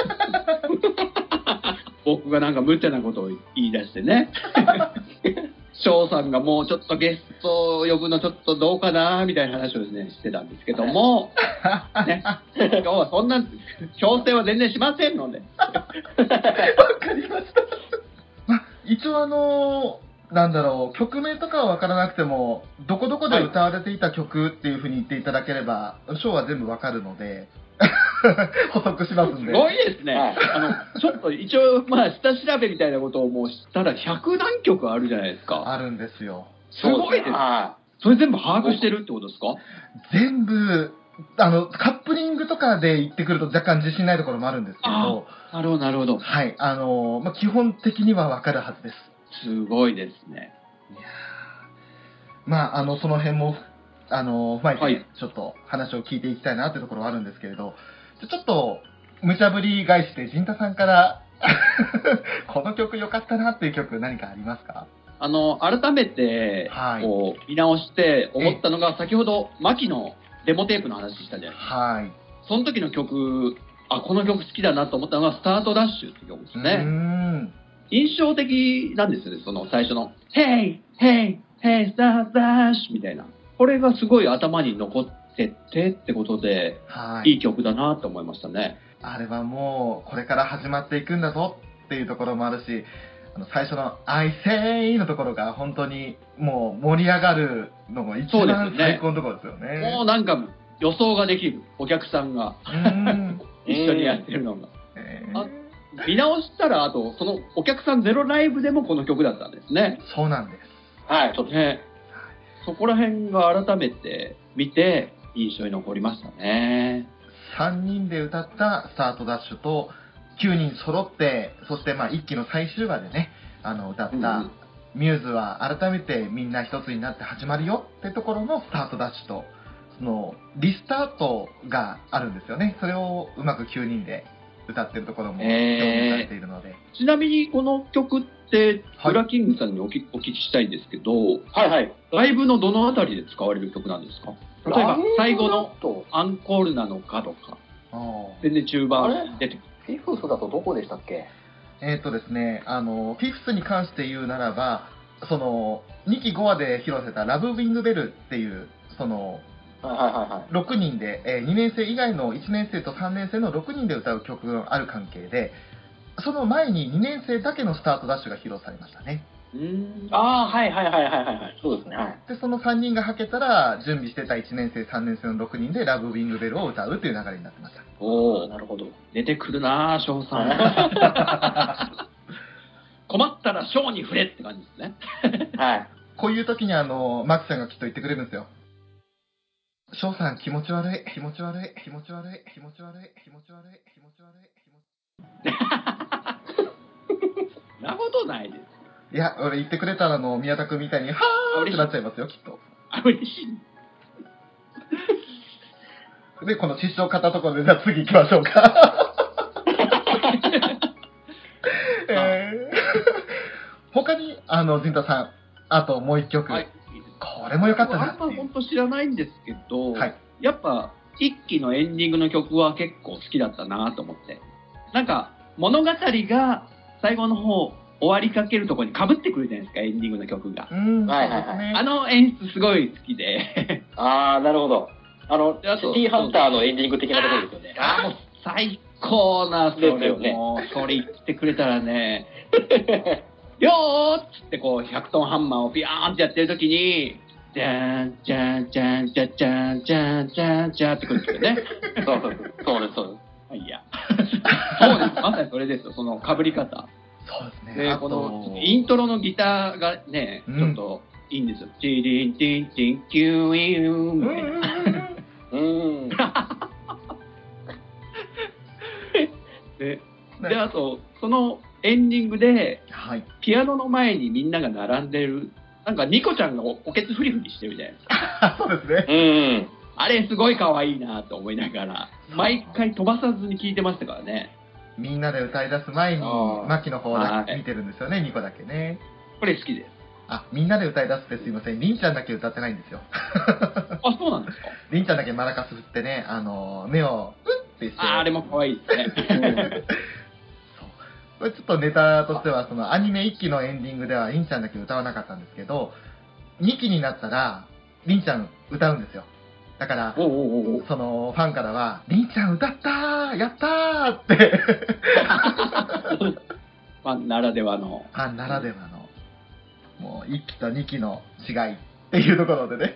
僕がなんか無茶なことを言い出してね。翔さんがもうちょっとゲストを呼ぶのちょっとどうかなみたいな話をですねしてたんですけども、ね、今日はそんな強制は全然しませんので。 わかりました。まあ、一応あのー、なんだろう、曲名とかはわからなくても、どこどこで歌われていた曲っていう風に言っていただければ、ショーは全部わかるので、補足しますんで。 すごいですね。はい、あの、ちょっと一応、まあ、下調べみたいなことをもうしたらひゃく何曲あるじゃないですか。 あるんですよ。 すごいです。はい。それ全部把握してるってことですか？ 全部、あの、カップリングとかで言ってくると若干自信ないところもあるんですけど。 なるほど、なるほど。 はい。あの、まあ、基本的にはわかるはずです。 すごいですね。 いやまあ、あの、その辺も、あの、踏まえて、ちょっと話を聞いていきたいなというところはあるんですけれど、ちょっと、無茶ぶり返して、陣太さんから、この曲良かったなっていう曲何かありますか？ あの、改めて、こう、見直して思ったのが、先ほど、マキのデモテープの話したじゃないですか。 はい。 その時の曲、あ、この曲好きだなと思ったのが、スタートダッシュって曲ですね。 うん。 印象的なんですよね、その最初の、Hey! Hey! Hey! スタートダッシュみたいな。これがすごい頭に残ってってってことで、はい、いい曲だなと思いましたね。 あれはもう、これから始まっていくんだぞっていうところもあるし、あの最初の I say のところが本当にもう盛り上がるのが一番最高のところですよね。 ね、もうなんか予想ができる、お客さんが一緒にやってるのが。えー、あ見直したら、あとそのお客さんゼロライブでもこの曲だったんですね。 そうなんです。 はい、ちょっとね、そこら辺が改めて見て印象に残りましたね。 さんにんで歌ったスタートダッシュと、きゅうにん揃って、そしてまあ一期の最終話でね、あの歌った、うん、ミューズは改めてみんな一つになって始まるよってところのスタートダッシュと、そのリスタートがあるんですよね。それをうまくきゅうにんで歌ってるところも表現されているので。 えー、ちなみにこの曲って、ウラキングさんにお聞き、お聞きしたいんですけど、はいはい。ライブのどのあたりで使われる曲なんですか？例えば最後のアンコールなのかとか、全然中盤出てくる。 フィフスだとどこでしたっけ？ えーっとですね、あの、フィフスに関して言うならば、その、にきごわで披露せたラブウィングベルっていう、その、 はいはいはい、 ろくにんで、えー、にねん生以外のいちねん生とさんねん生のろくにんで歌う曲がある関係で、その前ににねん生だけのスタートダッシュが披露されましたね。 うーん、ああ、はいはいはいはいはいはい、そうですね。はい、 で、そのさんにんがはけたら、準備してたいちねん生、さんねん生のろくにんでラブウィングベルを歌うという流れになってました。 おお、なるほど。出てくるなぁ、翔さん。困ったら翔に触れって感じですね。 はい。こういう時にあの、マキさんがきっと言ってくれるんですよ。翔さん気持ち悪い、気持ち悪い、気持ち悪い、気持ち悪い、気持ち悪い、気持ち悪い、気持ち悪い。 そんなことないです。 いや、俺言ってくれたらの、宮田くんみたいに、はーってなっちゃいますよ、きっと。 あ、嬉しい。で、この失笑買ったところで、じゃあ次行きましょうか。えーあの、陣太さん、あともう一曲。はい、これも良かったなっていう。 あんま本当知らないんですけど、 はい、 やっぱ、一期のエンディングの曲は結構好きだったなと思って。なんか、物語が最後の方、終わりかけるところに被ってくるじゃないですか、エンディングの曲が。 うん、 はいはいはい。 あの演出すごい好きで。 あー、なるほど。あの、シティーハンターのエンディング的なところですよね。 ああ、もう最高な、それ、 ね、 もう、それ言ってくれたらね、よーっつってこう、ひゃくトンハンマーをビヤーンってやってる時に、じゃーん、じゃーん、じゃーん、じゃじゃーん、じゃーん、じゃーん、じゃーんってくるんですよね。 そうそうそう。そうです、そうです。 はい、いや。そうです。まさにそれですよ、その被り方。 そうですね。 で、この、イントロのギターがね、ちょっといいんですよ。チリンチンチンキューイーンみたいな。うん。で、で、あと、そのエンディングで、はい、ピアノの前にみんなが並んでる、なんかニコちゃんがおけつフリフリしてるじゃないですか。 そうですね。 うん。あれすごい可愛いなと思いながら、毎回飛ばさずに聴いてましたからね。 みんなで歌い出す前に、マキの方だけ見てるんですよね、ニコだけね。 これ好きです。 あ、みんなで歌い出すってすいません、りんちゃんだけ歌ってないんですよ。 あ、そうなんですか？ りんちゃんだけマラカス振ってね、あの、目を、うってして。 あ、あれも可愛いですね。 そう。これちょっとネタとしては、そのアニメいっきのエンディングではりんちゃんだけ歌わなかったんですけど、にきになったら、りんちゃん歌うんですよ。だから、おうおうおう、そのファンからは、りんちゃん歌ったーやったーって。 ファンならではの。 ファンならではの。もういっきとにきの違いっていうところでね。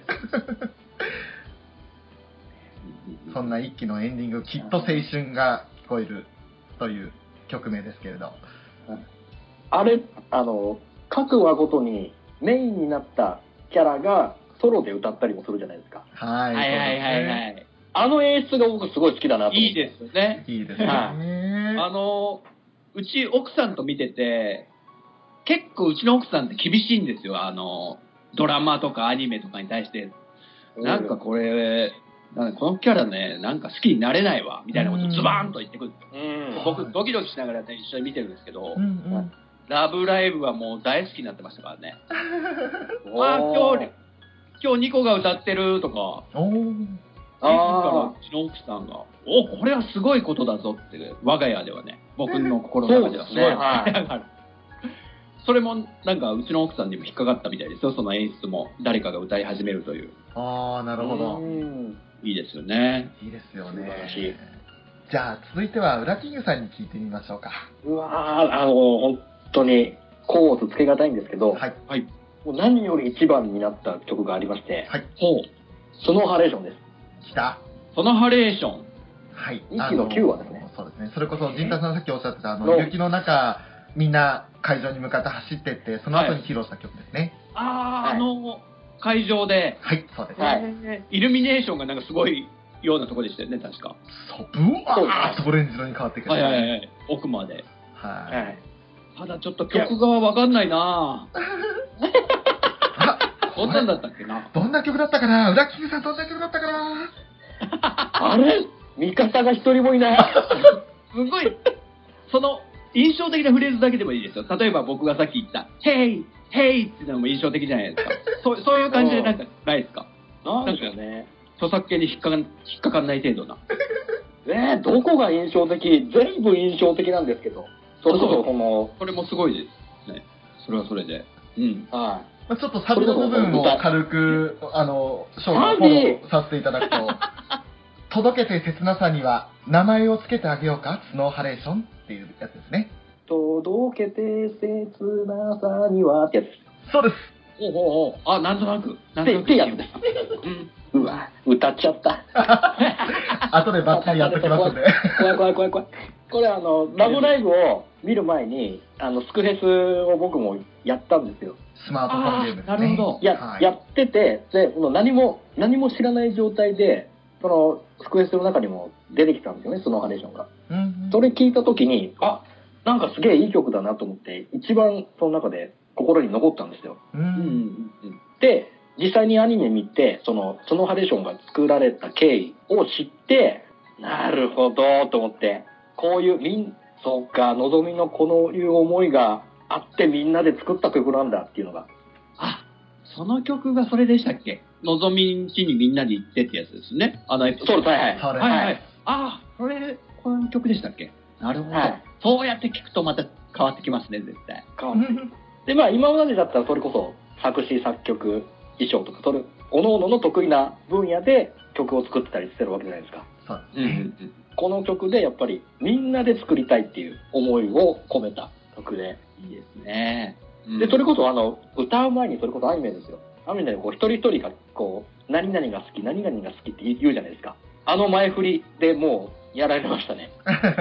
そんないっきのエンディング、きっと青春が聞こえるという曲名ですけれど。 あれ、あの、各話ごとにメインになったキャラがソロで歌ったりもするじゃないですか。 はい。 はいはいはいはい。 あの演出が僕すごい好きだなと思って。 いいですよね。 いいですね。 あの、うち奥さんと見てて、結構うちの奥さんって厳しいんですよ。あの、ドラマとかアニメとかに対して。なんかこれ、なんかこのキャラね、なんか好きになれないわ、みたいなことズバーンと言ってくるんですよ。僕、ドキドキしながら、ね、一緒に見てるんですけど、うんうん、ラブライブはもう大好きになってましたからね。あ、今日、今日ニコが歌ってるとか、ああ、うちの奥さんが、お、これはすごいことだぞって、我が家ではね、僕の心の中ではね。はいそれもなんかうちの奥さんにも引っかかったみたいですよ。その演出も誰かが歌い始めるという。 ああ、なるほど。 いいですよね。 いいですよね。 素晴らしい。 じゃあ続いてはウラキングさんに聞いてみましょうか。 うわー、あの本当にコースつけがたいんですけど、はい、はい、もう何より一番になった曲がありまして、はい、ほう、スノーハレーションです。 きた。 スノーハレーション。 はい。にきのきゅうわですね。 そうですね。それこそ陣太さんさっきおっしゃってたあの雪の中。みんな会場に向かって走ってって、その後に披露した曲ですね。 はい、ああ、はい、あの会場で、 はい、そうです。 はい、イルミネーションがなんかすごいようなところでしたよね、確か。 そう、ブワーッとオレンジ色に変わってくる。 はいはいはい、奥まで。 はい。 はい、ただちょっと曲がわかんないなどんなんだったっけな。 どんな曲だったかな。ウラキングさんどんな曲だったかな。 あれ味方が一人もいない。 すごい、その、印象的なフレーズだけでもいいですよ。例えば僕がさっき言った「ヘイヘイ」っていうのも印象的じゃないですか。そ, そういう感じでなんかないですか。 なんでしょうね。 著作権に引っかかん引っかかんない程度な。 えー、どこが印象的？全部印象的なんですけど。それこそこのそれもすごいですね。それはそれで。うん。 はい。ちょっとサビの部分を軽くあのショートフォローさせていただくと。届けて切なさには名前をつけてあげようか、スノーハレーションっていうやつですね。 届けて切なさにはってやつ。 そうです。 おうおうおう、あ、なんとなく。 なんとなくってやつです。うん。うわ、歌っちゃった。 後でバッチリやっときますんで。 怖い怖い怖い怖い。これあの、ラブライブを見る前に、あの、スクフェスを僕もやったんですよ。 スマートフォンゲームですね。 なるほど。 や、はい、やってて、で、何も、何も知らない状態で、その、スクエスの中にも出てきたんですよね、スノーハレーションが。うんうん、それ聞いたときに、あ、なんかすげえいい曲だなと思って、一番その中で心に残ったんですよ。うんうんうん、で、実際にアニメ見て、その、スノーハレーションが作られた経緯を知って、なるほどと思って、こういう、みん、そうか、のぞみのこのいう思いがあってみんなで作った曲なんだっていうのが。 あ、その曲がそれでしたっけ？のぞみんちにみんなで行ってってやつですね。あのエピソード。 そうです、はいはい。 はいはいはい。あ、それ、この曲でしたっけ？なるほど、はい。そうやって聞くとまた変わってきますね、絶対。 変わってで、まあ今までだったらそれこそ作詞、作曲、衣装とか、それ、各々の得意な分野で曲を作ってたりしてるわけじゃないですか。 そうですね。うんうん、 この曲でやっぱりみんなで作りたいっていう思いを込めた曲で。 いいですね。 うん、で、それこそあの、歌う前にそれこそアニメですよ。アニメでこう一人一人がこう、何々が好き、何々が好きって言うじゃないですか。あの前振りでもうやられましたね。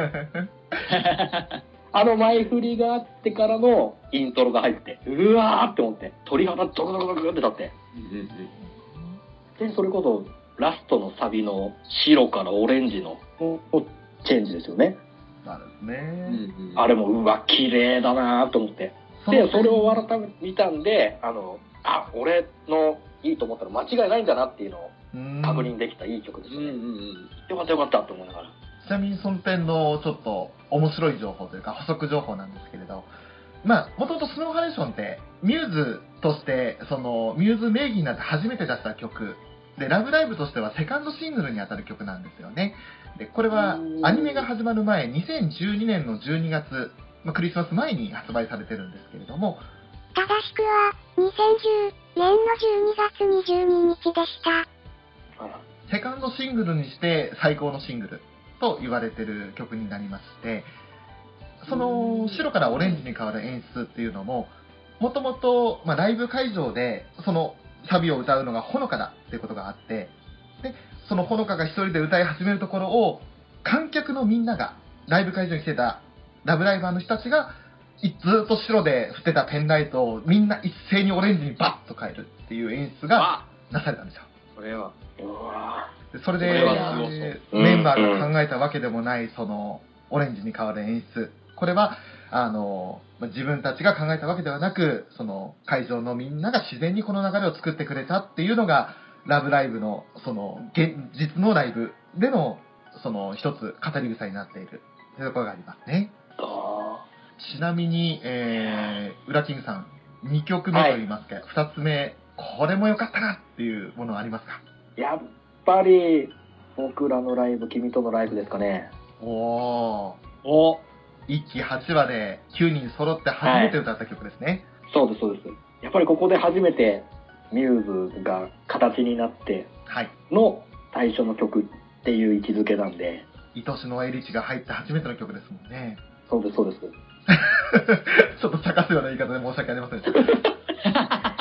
あの前振りがあってからのイントロが入って、うわーって思って、鳥肌ドクドクドクって立って。で、それこそラストのサビの白からオレンジのチェンジですよね。 なるね。 あれもうわ、綺麗だなと思って。で、それを改めて見たんで、あの、あ、俺のいいと思ったら間違いないんだなっていうのを確認できたいい曲ですよね。よかったよかったと思いながら。 ちなみにその点のちょっと面白い情報というか補足情報なんですけれど、まあ、もともとスノーハレーションってミューズとして、そのミューズ名義になって初めて出した曲で、ラブライブとしてはセカンドシングルにあたる曲なんですよね。で、これはアニメが始まる前、にせんじゅうにねんのじゅうにがつ、まあ、クリスマス前に発売されてるんですけれども、 正しくはにせんじゅうねんのじゅうにがつにじゅうににちでした。 セカンドシングルにして最高のシングルと言われてる曲になりまして、その白からオレンジに変わる演出っていうのも、もともとライブ会場でそのサビを歌うのがほのかだっていうことがあって、でそのほのかが一人で歌い始めるところを観客のみんなが、ライブ会場に来てたラブライバーの人たちがずっと白で振ってたペンライトをみんな一斉にオレンジにバッと変えるっていう演出がなされたんですよ。 それはでそれでメンバーが考えたわけでもないそのオレンジに変わる演出、これはあの自分たちが考えたわけではなく、その会場のみんなが自然にこの流れを作ってくれたっていうのがラブライブのその現実のライブでのその一つ語り草になっているというところがありますね。ちなみに、えー、ウラキングさん、にきょくめといいますか、はい、ふたつめ、これも良かったなっていうものはありますか？ やっぱり僕らのライブ、君とのライブですかね。 おーおいっきはちわできゅうにん揃って初めて歌った曲ですね。 はい、そうですそうです。やっぱりここで初めてミューズが形になっての最初の曲っていう位置づけなんで、 愛しのエリチが入って初めての曲ですもんね。 そうですそうです。 ちょっと茶化すような言い方で申し訳ありませんでした。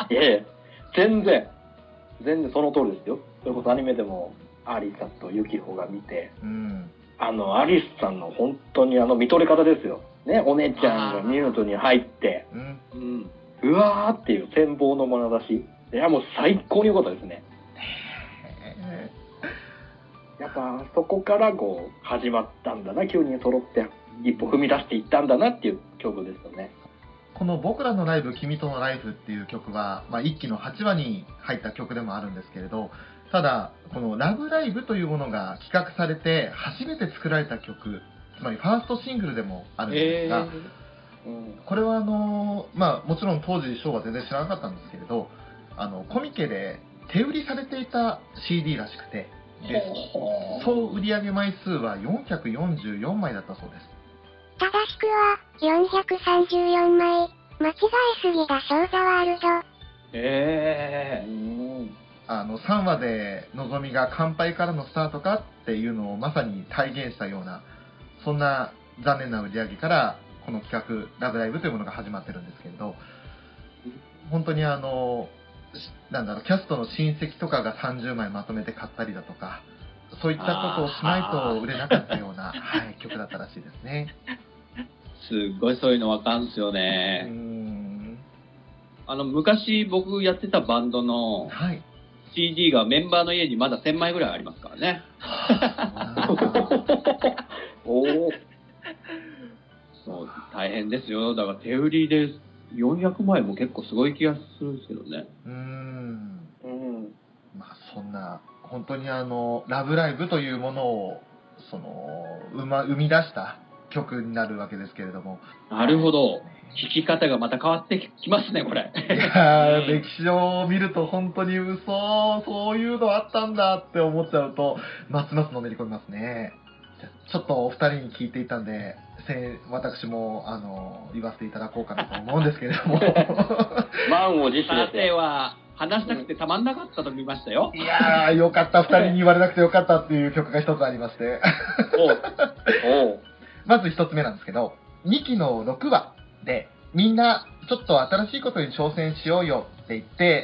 いやいや、全然全然その通りですよ。それこそアニメでもアリサとユキホが見て、うん、あのアリスさんの本当にあの見とれ方ですよね。お姉ちゃんがミュートに入って、うんうん、うわーっていう羨望の眼差し、いやもう最高に良かったですね。やっぱそこからこう始まったんだな、きゅうにん揃って一歩踏み出していったんだなっていう曲ですよね。 この僕らのライブ君とのライフっていう曲は、まあ、いっきのはちわに入った曲でもあるんですけれど、ただこのラブライブというものが企画されて初めて作られた曲、つまりファーストシングルでもあるんですが、えーうん、これはあの、まあ、もちろん当時ショーは全然知らなかったんですけれど、あのコミケで手売りされていた シーディー らしくて、で総売上枚数はよんひゃくよんじゅうよんまいだったそうです。 正しくはよんひゃくさんじゅうよんまい。間違えすぎだショーザワールド。 えー、あのさんわでのぞみが乾杯からのスタートかっていうのをまさに体現したような、そんな残念な売り上げからこの企画ラブライブというものが始まってるんですけれど、本当にあのなんだろう、キャストの親戚とかがさんじゅうまいまとめて買ったりだとか、そういったことをしないと売れなかったような、はい、曲だったらしいですね。 すごいそういうのわかるんですよね。うーん、あの昔僕やってたバンドの シーディー がメンバーの家にまだせんまいぐらいありますからね。おお。そう大変ですよ。だから手売りでよんひゃくまいも結構すごい気がするんですけどね。うーん。 うん。まあそんな本当にあのラブライブというものをその生ま生み出した曲になるわけですけれども。 なるほど。弾き方がまた変わってきますね、これ。 いやー、歴史を見ると本当に嘘、そういうのあったんだって思っちゃうと、ますますのめり込みますね。ちょっとお二人に聞いていたんで、私もあの言わせていただこうかなと思うんですけれども。 満を持してさては、話したくてたまんなかったと見ましたよ。 いやー、よかった、二人に言われなくてよかったっていう曲が一つありまして。 おうまず一つ目なんですけど、にきのろくわで、みんなちょっと新しいことに挑戦しようよって言って、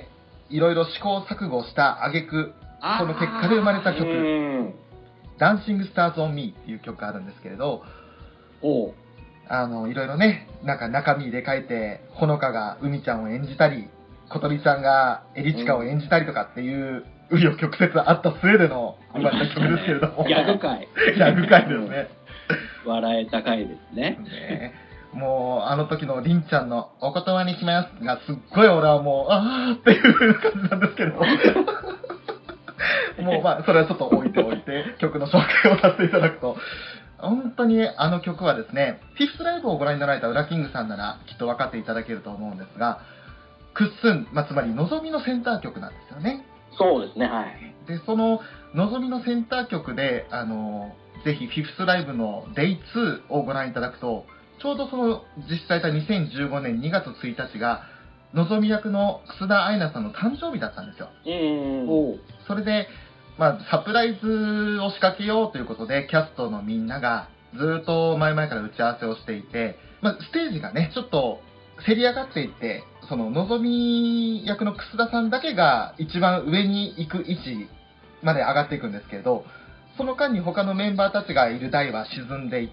いろいろ試行錯誤した挙句、その結果で生まれた曲、ダンシングスターズオンミーっていう曲があるんですけれど、 おあの、いろいろね、なんか中身入れ替えて、ほのかが海ちゃんを演じたり、小鳥ちゃんがエリチカを演じたりとかっていう、紆余曲折あった末での生まれた曲ですけれども。 ギャグ界。 ギャグ界ですね。 笑えた回ですね。 ねもう、あの時のりんちゃんのお断りしますが、すっごい俺はもう、あーっていう感じなんですけど。もうまあ、それはちょっと置いておいて、曲の紹介をさせていただくと、本当にあの曲はですね、フィフスライブをご覧になられたウラキングさんならきっと分かっていただけると思うんですが、クッスン、まあ、つまりのぞみのセンター曲なんですよね。 そうですね、はい。 で、そののぞみのセンター曲で、あの、ぜひフィフスライブの デイツー をご覧いただくと、ちょうどその実施されたにせんじゅうごねんにがつついたちが、のぞみ役の楠田愛菜さんの誕生日だったんですよ。 うん。 それで、まあ、サプライズを仕掛けようということで、キャストのみんながずっと前々から打ち合わせをしていて、まあ、ステージがね、ちょっとせり上がっていって、その、のぞみ役の楠田さんだけが一番上に行く位置まで上がっていくんですけれど、その間に他のメンバーたちがいる台は沈んでいって、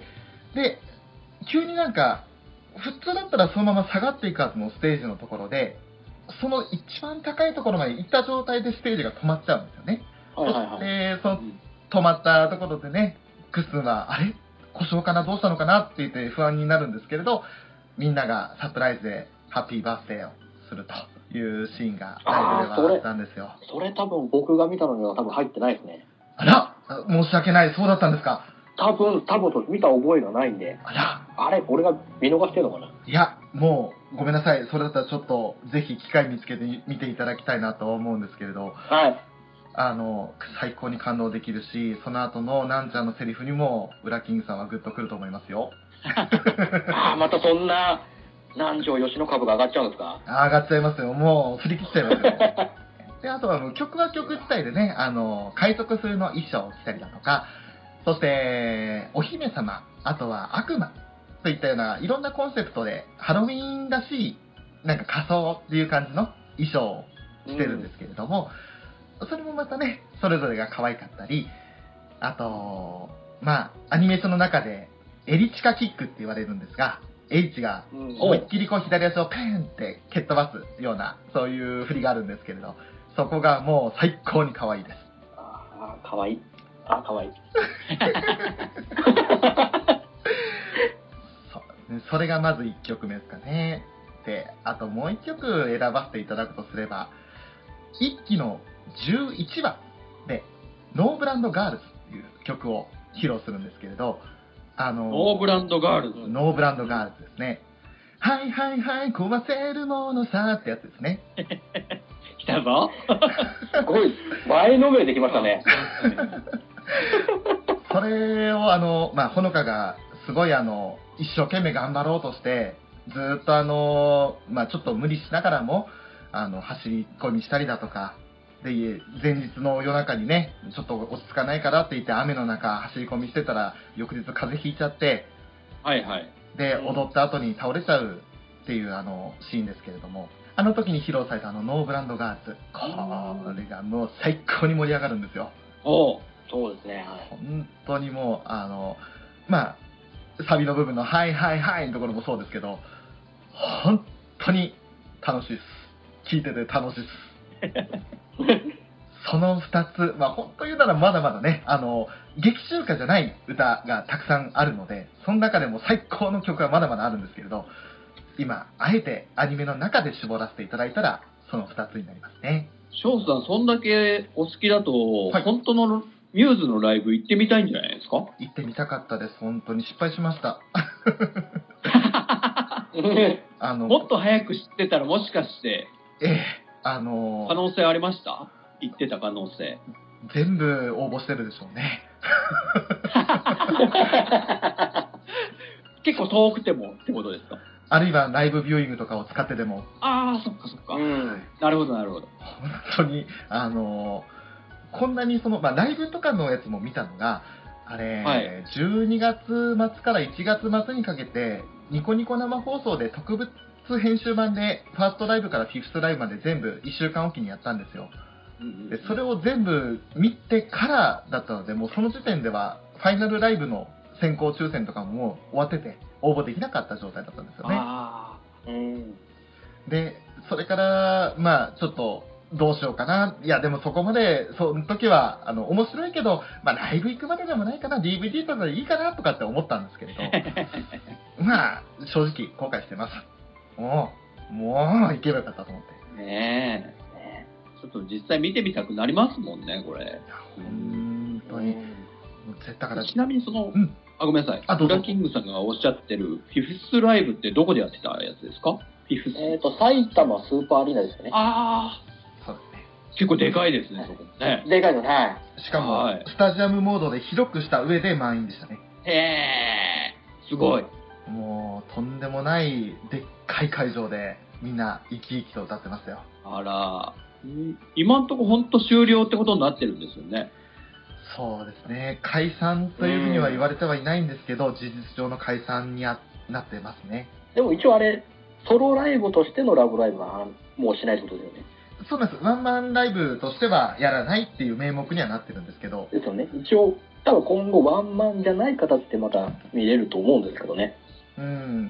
で、急になんか、普通だったらそのまま下がっていくはずのステージのところで、その一番高いところまで行った状態でステージが止まっちゃうんですよね。 はいはいはい。 で、その止まったところでね、クスンは、あれ故障かなどうしたのかなって言って不安になるんですけれど、みんながサプライズでハッピーバースデーをするというシーンがライブではあったんですよ。 それ、それ多分僕が見たのには多分入ってないですね。 あら申し訳ない。そうだったんですか。 多分、多分見た覚えがないんで。 あらあれ俺が見逃してるのかな。 いや、もう、ごめんなさい。それだったらちょっと、ぜひ機会見つけて見ていただきたいなと思うんですけれど。 はい。 あの、最高に感動できるし、その後のなんちゃんのセリフにも、ウラキングさんはグッとくると思いますよ。 ああ、またそんな、南條吉野株が上がっちゃうんですか？ 上がっちゃいますよ。もう、振り切っちゃいますよ。で、あとは、曲は曲自体でね、あの、海賊風の衣装を着たりだとか、そして、お姫様、あとは悪魔といったような、いろんなコンセプトで、ハロウィーンらしい、なんか仮装っていう感じの衣装をしてるんですけれども、うん、それもまたね、それぞれが可愛かったり、あと、まあ、アニメーションの中で、エリチカキックって言われるんですが、エリチが思いっきりこう左足をペーンって蹴っ飛ばすような、そういう振りがあるんですけれど、そこがもう最高に可愛いです。 ああ、可愛い。ああ、可愛い。 そ, それがまずいっきょくめですかね。で、あともういっきょく選ばせていただくとすれば、いっきのじゅういちわで、ノーブランドガールズっていう曲を披露するんですけれど、あの、 ノーブランドガールズ。 ノーブランドガールズですね。はいはいはい、壊せるものさってやつですね。 来たぞ。 すごい、前のめりできましたね。 それをあの、まあ、ほのかがすごいあの、一生懸命頑張ろうとして、ずっとあの、まあ、ちょっと無理しながらも、あの、走り込みしたりだとか、で、前日の夜中にね、ちょっと落ち着かないからって言って雨の中走り込みしてたら、翌日風邪ひいちゃって、 はいはい。 で、踊った後に倒れちゃうっていうあの、シーンですけれども、あの時に披露されたあの、ノーブランドガールズ、これがもう最高に盛り上がるんですよ。 おう。 そうですね。 本当にもう、あの、まあ、サビの部分のはいはいはいのところもそうですけど、本当に楽しいです。聴いてて楽しいです。そのふたつ、まあ本当言うならまだまだね、あの、劇中歌じゃない歌がたくさんあるので、その中でも最高の曲はまだまだあるんですけれど、今、あえてアニメの中で絞らせていただいたら、そのふたつになりますね。 翔さん、そんだけお好きだと、はい、本当のミューズのライブ行ってみたいんじゃないですか？ 行ってみたかったです。本当に失敗しました。あのもっと早く知ってたらもしかして、 ええ、あの可能性ありました？行ってた可能性。 全部応募してるでしょうね。 結構遠くてもってことですか？ あるいはライブビューイングとかを使ってでも。 ああ、そっかそっか。 うん、 なるほどなるほど。 本当に、あのこんなにその、まあ、ライブとかのやつも見たのが、あれ、はい、じゅうにがつ末からいちがつ末にかけて、ニコニコ生放送で特別編集版で、ファーストライブからフィフスライブまで全部いっしゅうかんおきにやったんですよ。でそれを全部見てからだったので、もうその時点では、ファイナルライブの先行抽選とかももう終わってて、応募できなかった状態だったんですよね。 あうん、 で、それから、まあ、ちょっと、どうしようかな。いや、でもそこまで、その時は、あの、面白いけど、まあ、ライブ行くまででもないかな、ディーブイディー とかでいいかな、とかって思ったんですけれど、まあ、正直、後悔してます。もう、もう、行けばよかったと思って。 ねえ。ちょっと実際見てみたくなりますもんね、これ。いや、 本当に。絶対から。 ちなみにその、 うん、 あ、ごめんなさい。あ、ウラキングさんがおっしゃってる、フィフスライブってどこでやってたやつですか？フィフス。 えっと、埼玉スーパーアリーナですかね。 ああ。そうですね。結構でかいですね、そこね。 でかいの、はい。 しかも、はい、スタジアムモードで広くした上で満員でしたね。 へえ、すごい。 もう、とんでもないでっかい会場で、みんな生き生きと歌ってましたよ。 あら、今んとこ本当終了ってことになってるんですよね。 そうですね。解散というふうには言われてはいないんですけど、事実上の解散になってますね。 でも一応あれ、ソロライブとしてのラブライブはもうしないってことですよね。 そうなんです。ワンマンライブとしてはやらないっていう名目にはなってるんですけど。 ですよね。一応、多分今後ワンマンじゃない形でまた見れると思うんですけどね。 うん。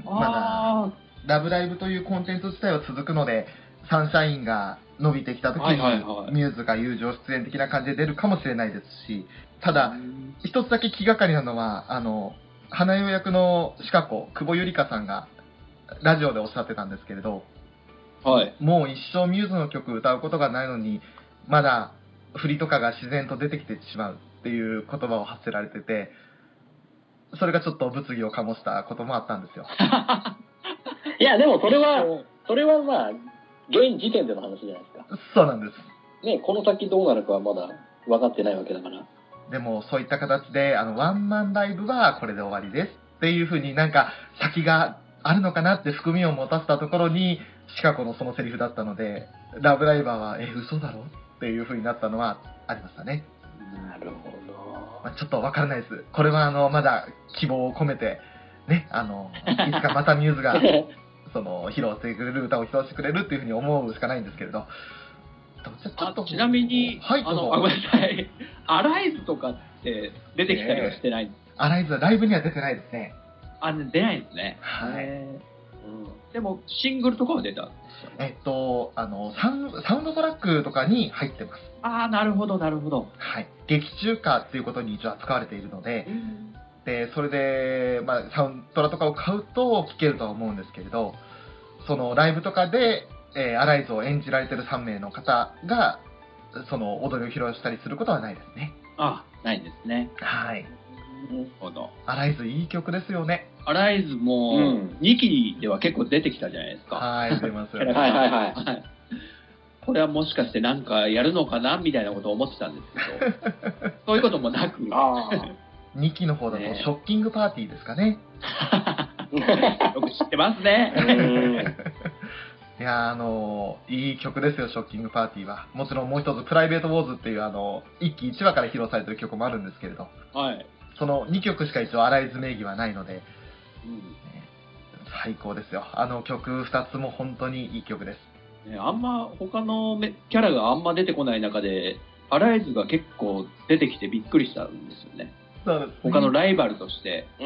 まだ、ラブライブというコンテンツ自体は続くので、サンシャインが伸びてきた時に、ミューズが友情出演的な感じで出るかもしれないですし、ただ、一つだけ気がかりなのは、あの、花代役のシカ子、久保ゆりかさんが、ラジオでおっしゃってたんですけれど、 はい、 もう一生ミューズの曲歌うことがないのに、まだ振りとかが自然と出てきてしまうっていう言葉を発せられてて、それがちょっと物議を醸したこともあったんですよ。 いや、でもそれは、それはまあ、現時点での話じゃないですか。 そうなんです。 ね、この先どうなるかはまだ分かってないわけだから。 でも、そういった形で、あの、ワンマンライブはこれで終わりですっていうふうになんか先があるのかなって含みを持たせたところに、シカゴのそのセリフだったので、ラブライバーは、え、嘘だろっていうふうになったのはありましたね。 なるほど。 まあ、ちょっとわからないです。これはあの、まだ希望を込めて、ね、あの、いつかまたミューズが、その、披露してくれる歌を披露してくれるっていうふうに思うしかないんですけれど。 あちなみに、はい、あの、あ、ごめんなさい。アライズとかって出てきたりはしてないんですか？ アライズはライブには出てないですね。 あ、出ないんですね。 はい。 うん、でも、シングルとかは出たんですよね。 えっと、あの、サウンド、サウンドトラックとかに入ってます。 ああ、なるほど、なるほど。 はい。劇中歌っていうことに一応扱われているので、で、それで、まあ、サウンドトラとかを買うと聴けるとは思うんですけれど、そのライブとかで、えー、アライズを演じられているさんめいの方が、その踊りを披露したりすることはないですね。 あ、ないですね。 はい。 なるほど。 アライズいい曲ですよね。 アライズも、うん、にきでは結構出てきたじゃないですか。 はい、出ますよね。 はいはいはい。はい、 これはもしかしてなんかやるのかなみたいなことを思ってたんですけど、そういうこともなく。 あにきの方だとショッキングパーティーですかね。 よく知ってますね。 いや、あのいい曲ですよ、ショッキングパーティーは。もちろんもう一つ、プライベートウォーズっていうあのいっきいちわから披露されてる曲もあるんですけれど、 はい、 そのにきょくしか一応アライズ名義はないので、うん、最高ですよ。あの曲ふたつも本当にいい曲です。 ね、あんま他のキャラがあんま出てこない中で、アライズが結構出てきてびっくりしたんですよね。 そうですね。 他のライバルとして。うん。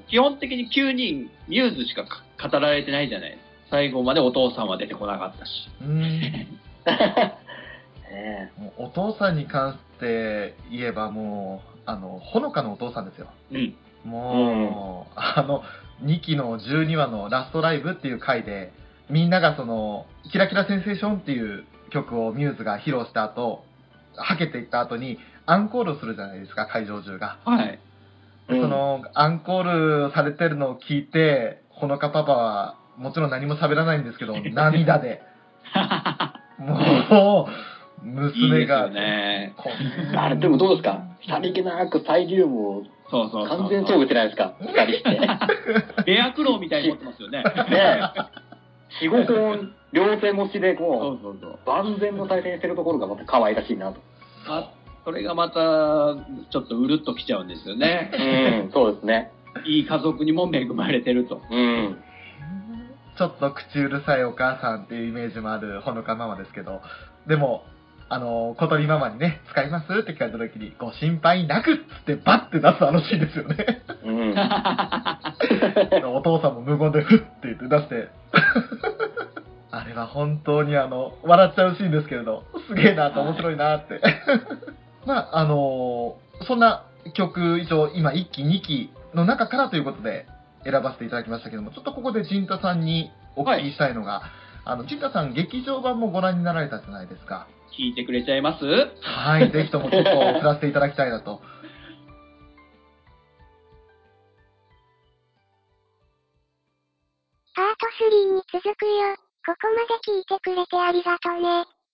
基本的にきゅうにんミューズしか語られてないじゃないですか。最後までお父さんは出てこなかったし。うん。 ね、もうお父さんに関して言えばもう、あの、ほのかのお父さんですよ。うん。もう、うん、あの、にきのじゅうにわのラストライブっていう回で、みんながその、キラキラセンセーションっていう曲をミューズが披露した後、はけていった後に、 アンコールするじゃないですか、会場中が。 はい。 でその、アンコールされてるのを聞いて、ほのかパパは、もちろん何も喋らないんですけど、涙で。もう、娘が。 いいですよね。 あれ、でもどうですか、さりげなくサイリウムをそうそうそう完全装備じゃないですか、二人して。 ベアクローみたいに持ってますよね。ねえ。よん、ごほん、両手越しでこう、 そうそうそう万全の体制してるところがまた可愛らしいなと。 あ、それがまた、ちょっとうるっときちゃうんですよね。 うん、そうですね。 いい家族にも恵まれてると。 うん。 ちょっと口うるさいお母さんっていうイメージもあるほのかママですけど、でも、あの、小鳥ママにね、使いますって聞かれた時に、ご心配なくっつってバッて出すあのシーンですよね。うん。お父さんも無言でフッって言って出して、あれは本当にあの、笑っちゃうシーンですけれど、すげえなと面白いなって。まあ、あの、そんな曲、一応今いっきにきの中からということで選ばせていただきましたけども、ちょっとここで陣太さんにお聞きしたいのが、はい、あの、陣太さん劇場版もご覧になられたじゃないですか。 聞いてくれちゃいます？ はい、ぜひともちょっと振らせていただきたいなと。 パートスリーに続くよ。ここまで聞いてくれてありがとね。